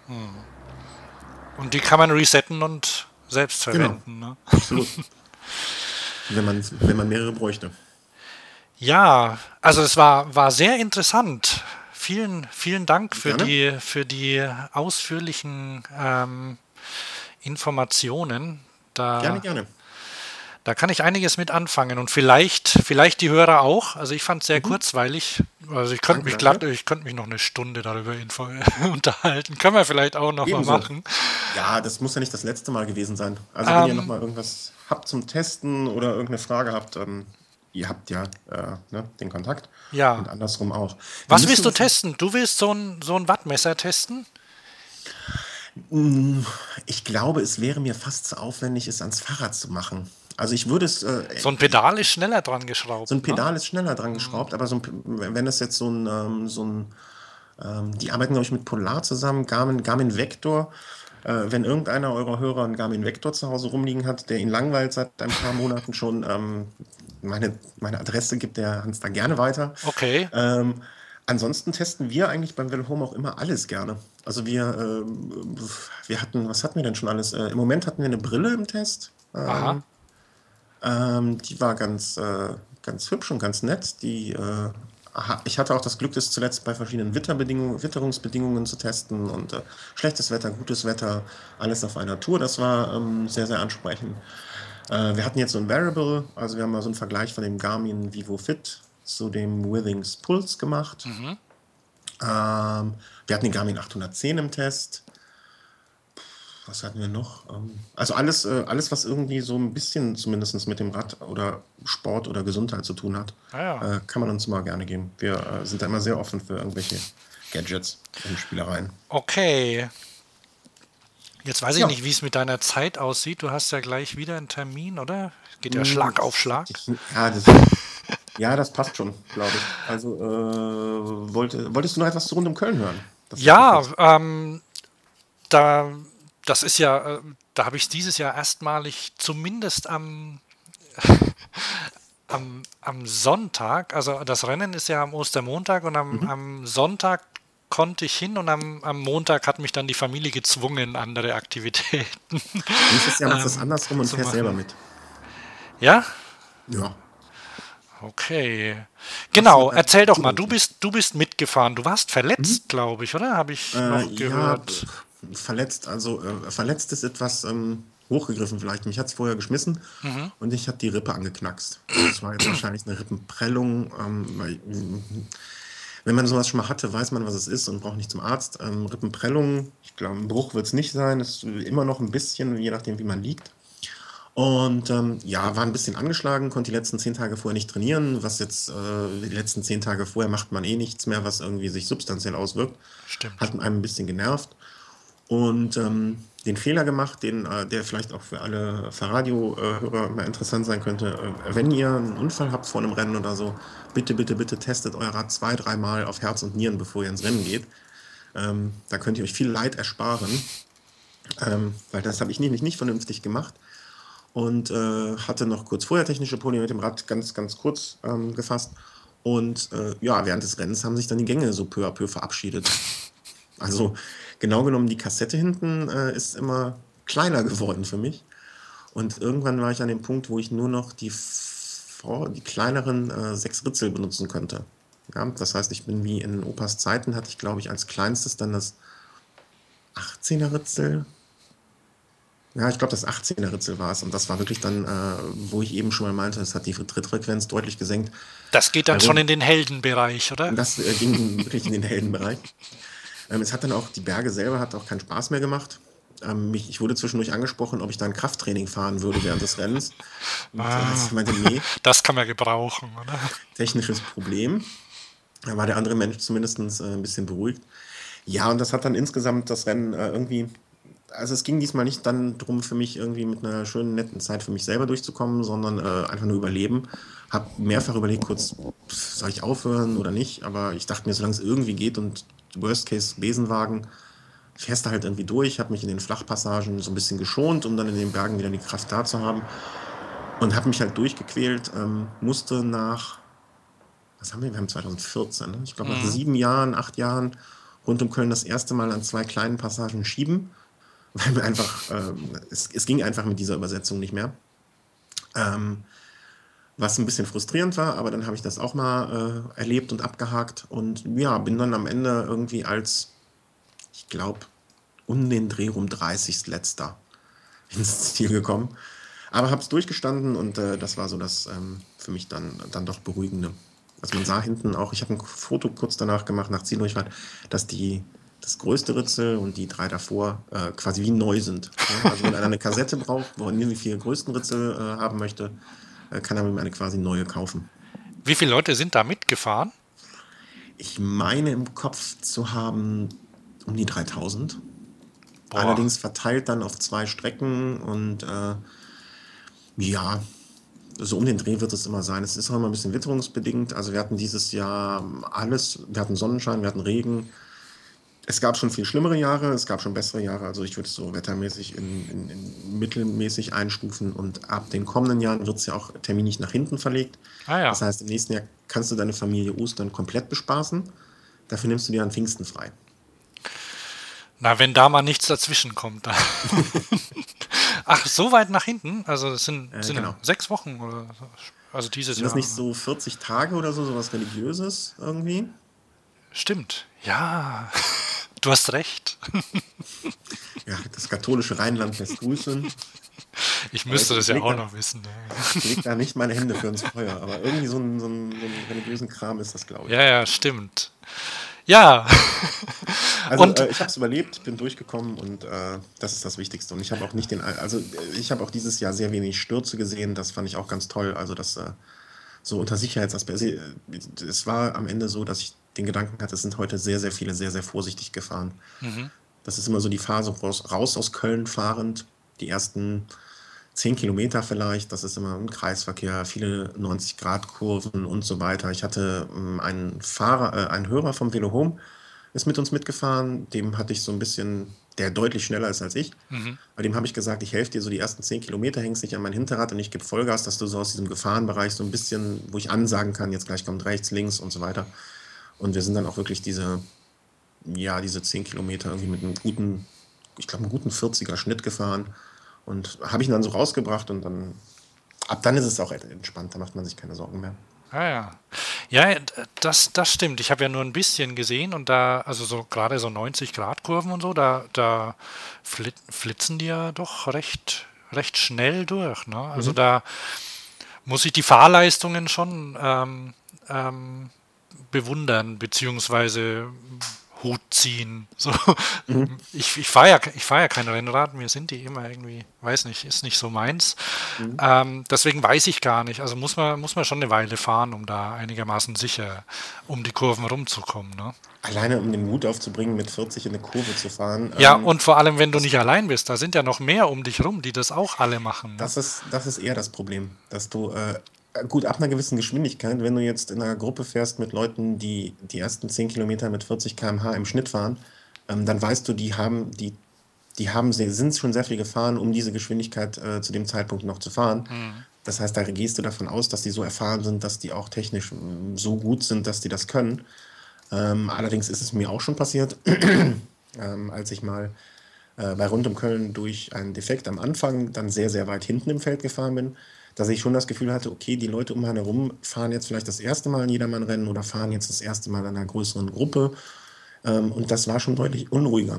und die kann man resetten und selbst Genau, verwenden. Ne? absolut. Wenn man, wenn man mehrere bräuchte. Ja, also es war, war sehr interessant. Vielen, vielen Dank für Gerne? die, für die ausführlichen ähm, Informationen. Gerne, Da, gerne. da kann ich einiges mit anfangen und vielleicht, vielleicht die Hörer auch. Also ich fand es sehr Mhm. kurzweilig. Also ich könnte Danke, mich glatt, danke. ich könnte mich noch eine Stunde darüber info unterhalten. Können wir vielleicht auch noch mal Ebenso. machen. Ja, das muss ja nicht das letzte Mal gewesen sein. Also wenn ihr Ähm, nochmal irgendwas habt zum Testen oder irgendeine Frage habt, ähm, ihr habt ja äh, ne, den Kontakt und ja. andersrum auch. Wir Was müssen willst du das, testen? Du willst so ein, so ein Wattmesser testen? Mm, ich glaube, es wäre mir fast zu aufwendig, es ans Fahrrad zu machen. Also ich würde es, äh, So ein Pedal ist schneller dran geschraubt, so ein ne? Pedal ist schneller dran geschraubt, aber so ein, P- wenn es jetzt so ein, ähm, so ein Ähm, die arbeiten, glaube ich, mit Polar zusammen, Garmin, Garmin Vector. Äh, wenn irgendeiner eurer Hörer einen Garmin Vector zu Hause rumliegen hat, der ihn langweilt seit ein paar Monaten schon, ähm, meine, meine Adresse gibt der Hans da gerne weiter. Okay. Ähm, ansonsten testen wir eigentlich beim Velo Home auch immer alles gerne. Also wir, ähm, wir hatten, was hatten wir denn schon alles? Äh, Im Moment hatten wir eine Brille im Test. Aha. Ähm, ähm, die war ganz, äh, ganz hübsch und ganz nett. Die, äh, aha, ich hatte auch das Glück, das zuletzt bei verschiedenen Witterbedingungen, Witterungsbedingungen zu testen und äh, schlechtes Wetter, gutes Wetter, alles auf einer Tour. Das war ähm, sehr, sehr ansprechend. Äh, wir hatten jetzt so ein Variable, also wir haben mal so einen Vergleich von dem Garmin Vivo Fit zu dem Withings Pulse gemacht. Mhm. Ähm, wir hatten den Garmin achthundertzehn im Test. Was hatten wir noch? Ähm, Also alles, äh, alles, was irgendwie so ein bisschen zumindest mit dem Rad oder Sport oder Gesundheit zu tun hat, Ah ja. äh, kann man uns mal gerne geben. Wir äh, sind da immer sehr offen für irgendwelche Gadgets und Spielereien. Okay. Jetzt weiß ich Ja, nicht, wie es mit deiner Zeit aussieht. Du hast ja gleich wieder einen Termin, oder? Geht ja mm, Schlag auf das, Schlag. ich, ja, das, ja, das passt schon, glaube ich. Also äh, wollte, wolltest du noch etwas zu rund um Köln hören? Das hat mich Ja, jetzt. ähm, da das ist ja, äh, da habe ich dieses Jahr erstmalig zumindest am, am, am Sonntag, also das Rennen ist ja am Ostermontag und am, Mhm. am Sonntag konnte ich hin und am, am Montag hat mich dann die Familie gezwungen, andere Aktivitäten Nächstes Jahr machst du das ähm, andersrum und zu fährst selber machen. mit. Ja? Ja, Okay. machst du Genau, äh, erzähl doch mal, du Tourenteam. bist, du bist mitgefahren. Du warst Mhm. verletzt, glaube ich, oder? Habe ich Äh, noch ja, gehört. pf, verletzt, also äh, verletzt ist etwas ähm, hochgegriffen vielleicht. Mich hat es vorher geschmissen Mhm. und ich habe die Rippe angeknackst. Also es war jetzt wahrscheinlich eine Rippenprellung. Ähm, weil, mm, wenn man sowas schon mal hatte, weiß man, was es ist und braucht nicht zum Arzt. Ähm, Rippenprellung, ich glaube, ein Bruch wird es nicht sein. Es ist immer noch ein bisschen, je nachdem, wie man liegt. Und ähm, ja, war ein bisschen angeschlagen, konnte die letzten zehn Tage vorher nicht trainieren. Was jetzt, äh, die letzten zehn Tage vorher macht man eh nichts mehr, was irgendwie sich substanziell auswirkt. Stimmt. Hat einem ein bisschen genervt. Und ähm, den Fehler gemacht, den, äh, der vielleicht auch für alle Fahrradio-Hörer mal interessant sein könnte. Äh, wenn ihr einen Unfall habt vor einem Rennen oder so, bitte, bitte, bitte testet euer Rad zwei, dreimal auf Herz und Nieren, bevor ihr ins Rennen geht. Ähm, da könnt ihr euch viel Leid ersparen, ähm, weil das habe ich nämlich nicht vernünftig gemacht und äh, hatte noch kurz vorher technische Probleme mit dem Rad, ganz, ganz kurz ähm, gefasst. Und äh, ja, während des Rennens haben sich dann die Gänge so peu à peu verabschiedet. Also genau genommen, die Kassette hinten äh, ist immer kleiner geworden für mich. Und irgendwann war ich an dem Punkt, wo ich nur noch die, vor, die kleineren äh, sechs Ritzel benutzen könnte. Ja, das heißt, ich bin wie in Opas Zeiten, hatte ich, glaube ich, als kleinstes dann das achtzehner Ritzel. Ja, ich glaube, das achtzehner Ritzel war es. Und das war wirklich dann, äh, wo ich eben schon mal meinte, es hat die Trittfrequenz deutlich gesenkt. Das geht dann Bei schon rund, in den Heldenbereich, oder? das äh, ging wirklich in den Heldenbereich. Ähm, es hat dann auch, die Berge selber hat auch keinen Spaß mehr gemacht. Ähm, mich, ich wurde zwischendurch angesprochen, ob ich da ein Krafttraining fahren würde während des Rennens. Und äh, Ah, ich meinte, nee, das kann man gebrauchen, oder? technisches Problem. Da war der andere Mensch zumindest äh, ein bisschen beruhigt. Ja, und das hat dann insgesamt das Rennen äh, irgendwie, also es ging diesmal nicht dann darum, für mich irgendwie mit einer schönen, netten Zeit für mich selber durchzukommen, sondern äh, einfach nur überleben. Hab mehrfach überlegt, kurz, pff, soll ich aufhören oder nicht? Aber ich dachte mir, solange es irgendwie geht und Worst Case Besenwagen, fährst du halt irgendwie durch, habe mich in den Flachpassagen so ein bisschen geschont, um dann in den Bergen wieder die Kraft da zu haben und habe mich halt durchgequält, ähm, musste nach, was haben wir, wir haben zwanzig vierzehn, ne? Ich glaube nach Mhm. sieben Jahren, acht Jahren rund um Köln das erste Mal an zwei kleinen Passagen schieben, weil mir einfach, ähm, es, es ging einfach mit dieser Übersetzung nicht mehr. Ähm, was ein bisschen frustrierend war, aber dann habe ich das auch mal äh, erlebt und abgehakt und ja, bin dann am Ende irgendwie als, ich glaube, um den Dreh rum dreißig letzter ins Ziel gekommen. Aber habe es durchgestanden und äh, das war so das ähm, für mich dann, dann doch Beruhigende. Also man sah hinten auch, ich habe ein Foto kurz danach gemacht, nach Zieldurchfahrt, dass die, das größte Ritzel und die drei davor äh, quasi wie neu sind. Ne? Also wenn einer eine Kassette braucht, wo er nie die vier größten Ritzel äh, haben möchte, äh, kann er mir eine quasi neue kaufen. Wie viele Leute sind da mitgefahren? Ich meine im Kopf zu haben um die dreitausend. Boah, Allerdings verteilt dann auf zwei Strecken und äh, ja, so um den Dreh wird es immer sein. Es ist auch immer ein bisschen witterungsbedingt. Also wir hatten dieses Jahr alles. Wir hatten Sonnenschein, wir hatten Regen. Es gab schon viel schlimmere Jahre, es gab schon bessere Jahre. Also ich würde es so wettermäßig in, in, in mittelmäßig einstufen. Und ab den kommenden Jahren wird es ja auch terminlich nach hinten verlegt. ah Das ja. heißt, im nächsten Jahr kannst du deine Familie Ostern komplett bespaßen. Dafür nimmst du dir an Pfingsten frei. Na, wenn da mal nichts dazwischen kommt. Dann. Ach, so weit nach hinten? Also es sind, Äh, sind ja genau. sechs Wochen oder so. Also dieses Sind das Jahr. nicht so vierzig Tage oder so, sowas Religiöses irgendwie? Stimmt. Ja, du hast recht. Ja, das katholische Rheinland lässt grüßen. Ich Aber müsste ich, das ich ja lege auch da, noch wissen. ich leg da nicht meine Hände für ins Feuer. Aber irgendwie so einen, so einen, so einen religiösen Kram ist das, glaube ich. Ja, ja, stimmt. Ja, Also und äh, ich habe es überlebt, bin durchgekommen und äh, das ist das Wichtigste. Und ich habe auch nicht den, also äh, ich habe auch dieses Jahr sehr wenig Stürze gesehen. Das fand ich auch ganz toll. Also das äh, so unter Sicherheitsaspekten. äh, Es war am Ende so, dass ich den Gedanken hatte, es sind heute sehr, sehr viele sehr, sehr vorsichtig gefahren. mhm. Das ist immer so die Phase raus, raus aus Köln fahrend, die ersten zehn Kilometer vielleicht, das ist immer ein Kreisverkehr, viele neunzig-Grad-Kurven und so weiter. Ich hatte ähm, einen Fahrer, äh, einen Hörer vom Velo Home, ist mit uns mitgefahren, dem hatte ich so ein bisschen der deutlich schneller ist als ich. Mhm. Bei dem habe ich gesagt, ich helfe dir so die ersten zehn Kilometer, hängst dich an mein Hinterrad und ich gebe Vollgas, dass du so aus diesem Gefahrenbereich so ein bisschen, wo ich ansagen kann, jetzt gleich kommt rechts, links und so weiter. Und wir sind dann auch wirklich diese, ja, diese zehn Kilometer irgendwie mit einem guten, ich glaube, einen guten vierziger Schnitt gefahren. Und habe ich ihn dann so rausgebracht und dann, ab dann ist es auch entspannt, da macht man sich keine Sorgen mehr. Ah ja. Ja, das, das stimmt. Ich habe ja nur ein bisschen gesehen und da, also so gerade so neunzig-Grad-Kurven und so, da, da flit, flitzen die ja doch recht, recht schnell durch. Ne? Also Mhm. da muss ich die Fahrleistungen schon ähm, ähm, bewundern, beziehungsweise Hut ziehen. So. Mhm. Ich, ich fahre ja, ich fahr ja kein Rennrad, mir sind die immer irgendwie, weiß nicht, ist nicht so meins. Mhm. Ähm, deswegen weiß ich gar nicht. Also muss man, muss man schon eine Weile fahren, um da einigermaßen sicher um die Kurven rumzukommen. Ne? Alleine um den Mut aufzubringen, mit vierzig in eine Kurve zu fahren. Ja, ähm, und vor allem, wenn du das, nicht allein bist, da sind ja noch mehr um dich rum, die das auch alle machen. Ne? das ist, das ist eher das Problem, dass du, äh, gut, ab einer gewissen Geschwindigkeit, wenn du jetzt in einer Gruppe fährst mit Leuten, die die ersten zehn Kilometer mit vierzig Kilometer pro Stunde im Schnitt fahren, ähm, dann weißt du, die haben, die, die haben, sehr- sind schon sehr viel gefahren, um diese Geschwindigkeit äh, zu dem Zeitpunkt noch zu fahren. Hm. Das heißt, da gehst du davon aus, dass die so erfahren sind, dass die auch technisch mm, so gut sind, dass die das können. Ähm, allerdings ist es mir auch schon passiert, ähm, als ich mal äh, bei Rund um Köln durch einen Defekt am Anfang dann sehr, sehr weit hinten im Feld gefahren bin, dass ich schon das Gefühl hatte, okay, die Leute um einen herum fahren jetzt vielleicht das erste Mal ein Jedermann-Rennen oder fahren jetzt das erste Mal in einer größeren Gruppe. Ähm, und das war schon deutlich unruhiger,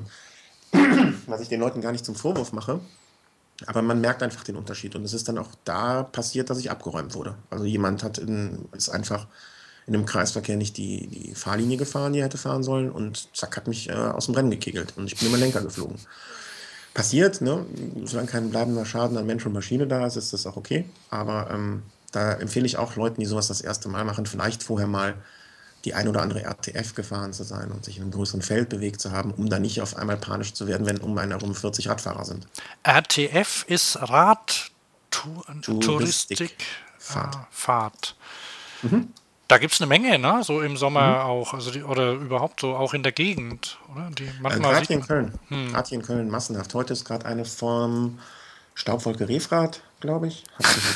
was ich den Leuten gar nicht zum Vorwurf mache. Aber man merkt einfach den Unterschied. Und es ist dann auch da passiert, dass ich abgeräumt wurde. Also jemand hat in, ist einfach in dem Kreisverkehr nicht die, die Fahrlinie gefahren, die er hätte fahren sollen. Und zack, hat mich äh, aus dem Rennen gekegelt. Und ich bin über den Lenker geflogen. Passiert, ne? Solange kein bleibender Schaden an Mensch und Maschine da ist, ist das auch okay. Aber ähm, da empfehle ich auch Leuten, die sowas das erste Mal machen, vielleicht vorher mal die ein oder andere R T F gefahren zu sein und sich in einem größeren Feld bewegt zu haben, um da nicht auf einmal panisch zu werden, wenn um einen herum vierzig Radfahrer sind. R T F ist Radtouristik Touristik, Fahrt. äh, Fahrt. Mhm. Da gibt es eine Menge, ne? So im Sommer Mhm. auch, also die, oder überhaupt so auch in der Gegend, oder? Die Äh, manchmal Gerade sieht hier in man. Köln. Hm. Gerade hier in Köln massenhaft. Heute ist gerade eine vom Staubwolke Refrat, glaube ich. Hat sie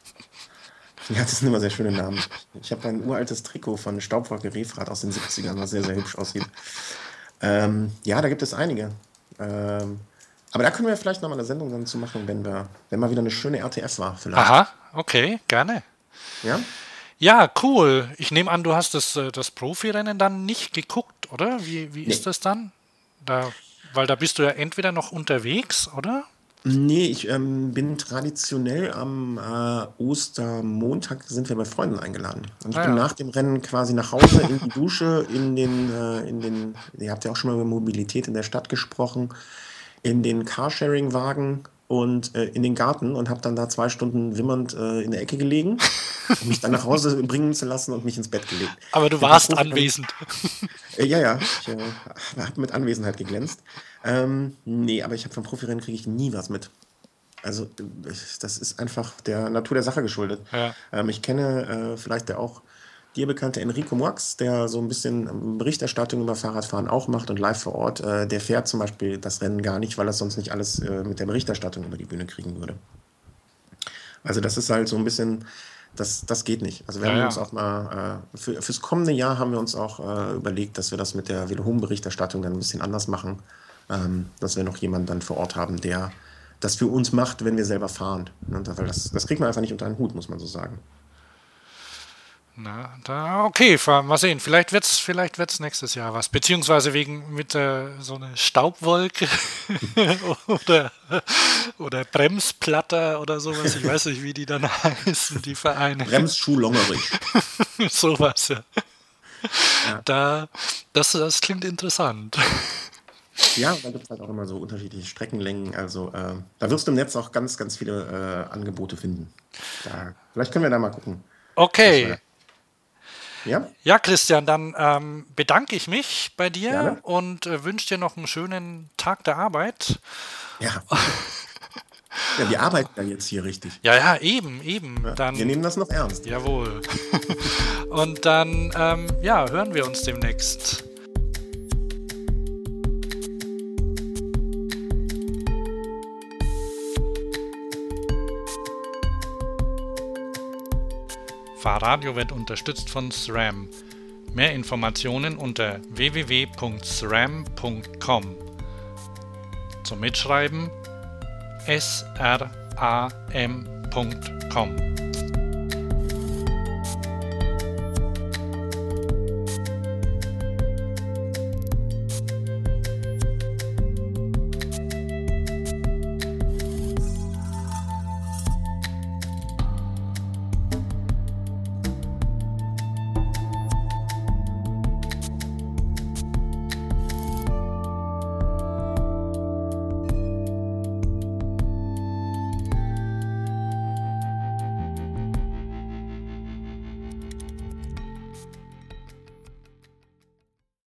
halt- Ja, das sind immer sehr schöne Namen. Ich habe ein uraltes Trikot von Staubwolke Refrat aus den siebzigern, was sehr, sehr hübsch aussieht. Ähm, ja, da gibt es einige. Ähm, aber da können wir vielleicht nochmal eine Sendung dann zu machen, wenn wir, wenn mal wieder eine schöne R T F war, vielleicht. Aha, okay, gerne. Ja? Ja, cool. Ich nehme an, du hast das, äh, das Profirennen dann nicht geguckt, oder? Wie, wie ist Nee. das dann? Da, weil da bist du ja entweder noch unterwegs, oder? Nee, ich ähm, bin traditionell am äh, Ostermontag sind wir bei Freunden eingeladen. Und ich Ah bin ja. nach dem Rennen quasi nach Hause in die Dusche, in den, äh, in den, ihr habt ja auch schon mal über Mobilität in der Stadt gesprochen, in den Carsharing-Wagen und äh, in den Garten und habe dann da zwei Stunden wimmernd äh, in der Ecke gelegen, um mich dann nach Hause bringen zu lassen und mich ins Bett gelegt. Aber du Ich habe warst Profirennen, anwesend. äh, ja, ja, ich äh, habe mit Anwesenheit geglänzt. Ähm, nee, aber ich habe vom Profirennen kriege ich nie was mit. Also, äh, das ist einfach der Natur der Sache geschuldet. Ja. Ähm, ich kenne äh, vielleicht der auch dir bekannte Enrico Moix, der so ein bisschen ähm, Berichterstattung über Fahrradfahren auch macht und live vor Ort. Äh, der fährt zum Beispiel das Rennen gar nicht, weil er sonst nicht alles äh, mit der Berichterstattung über die Bühne kriegen würde. Also, das ist halt so ein bisschen, das, das geht nicht. Also, wir Ja, haben uns ja. auch mal, äh, für, fürs kommende Jahr haben wir uns auch äh, überlegt, dass wir das mit der Velo-Home-Berichterstattung dann ein bisschen anders machen. Ähm, dass wir noch jemanden dann vor Ort haben, der das für uns macht, wenn wir selber fahren. Ne? Weil das, das kriegt man einfach nicht unter einen Hut, muss man so sagen. Na, da, okay, fahr- mal sehen. Vielleicht wird's, vielleicht wird's nächstes Jahr was. Beziehungsweise wegen mit äh, so einer Staubwolke oder, oder Bremsplatter oder sowas. Ich weiß nicht, wie die dann heißen, die Vereine. Bremsschuh Longerich. Sowas, ja. Ja, Da, das, das klingt interessant. ja, da gibt es halt auch immer so unterschiedliche Streckenlängen. Also äh, da wirst du im Netz auch ganz, ganz viele äh, Angebote finden. Da, vielleicht können wir da mal gucken. Das Okay. war, ja, Ja, Christian, dann ähm, bedanke ich mich bei dir gerne. und äh, wünsche dir noch einen schönen Tag der Arbeit. Ja. Ja, wir arbeiten ja jetzt hier richtig. Ja, ja, eben, eben. Ja, wir Dann, nehmen das noch ernst. jawohl. Und dann, ähm, ja, hören wir uns demnächst. Fahrradio wird unterstützt von SRAM. Mehr Informationen unter w w w punkt sram punkt com. Zum Mitschreiben s r a m punkt com.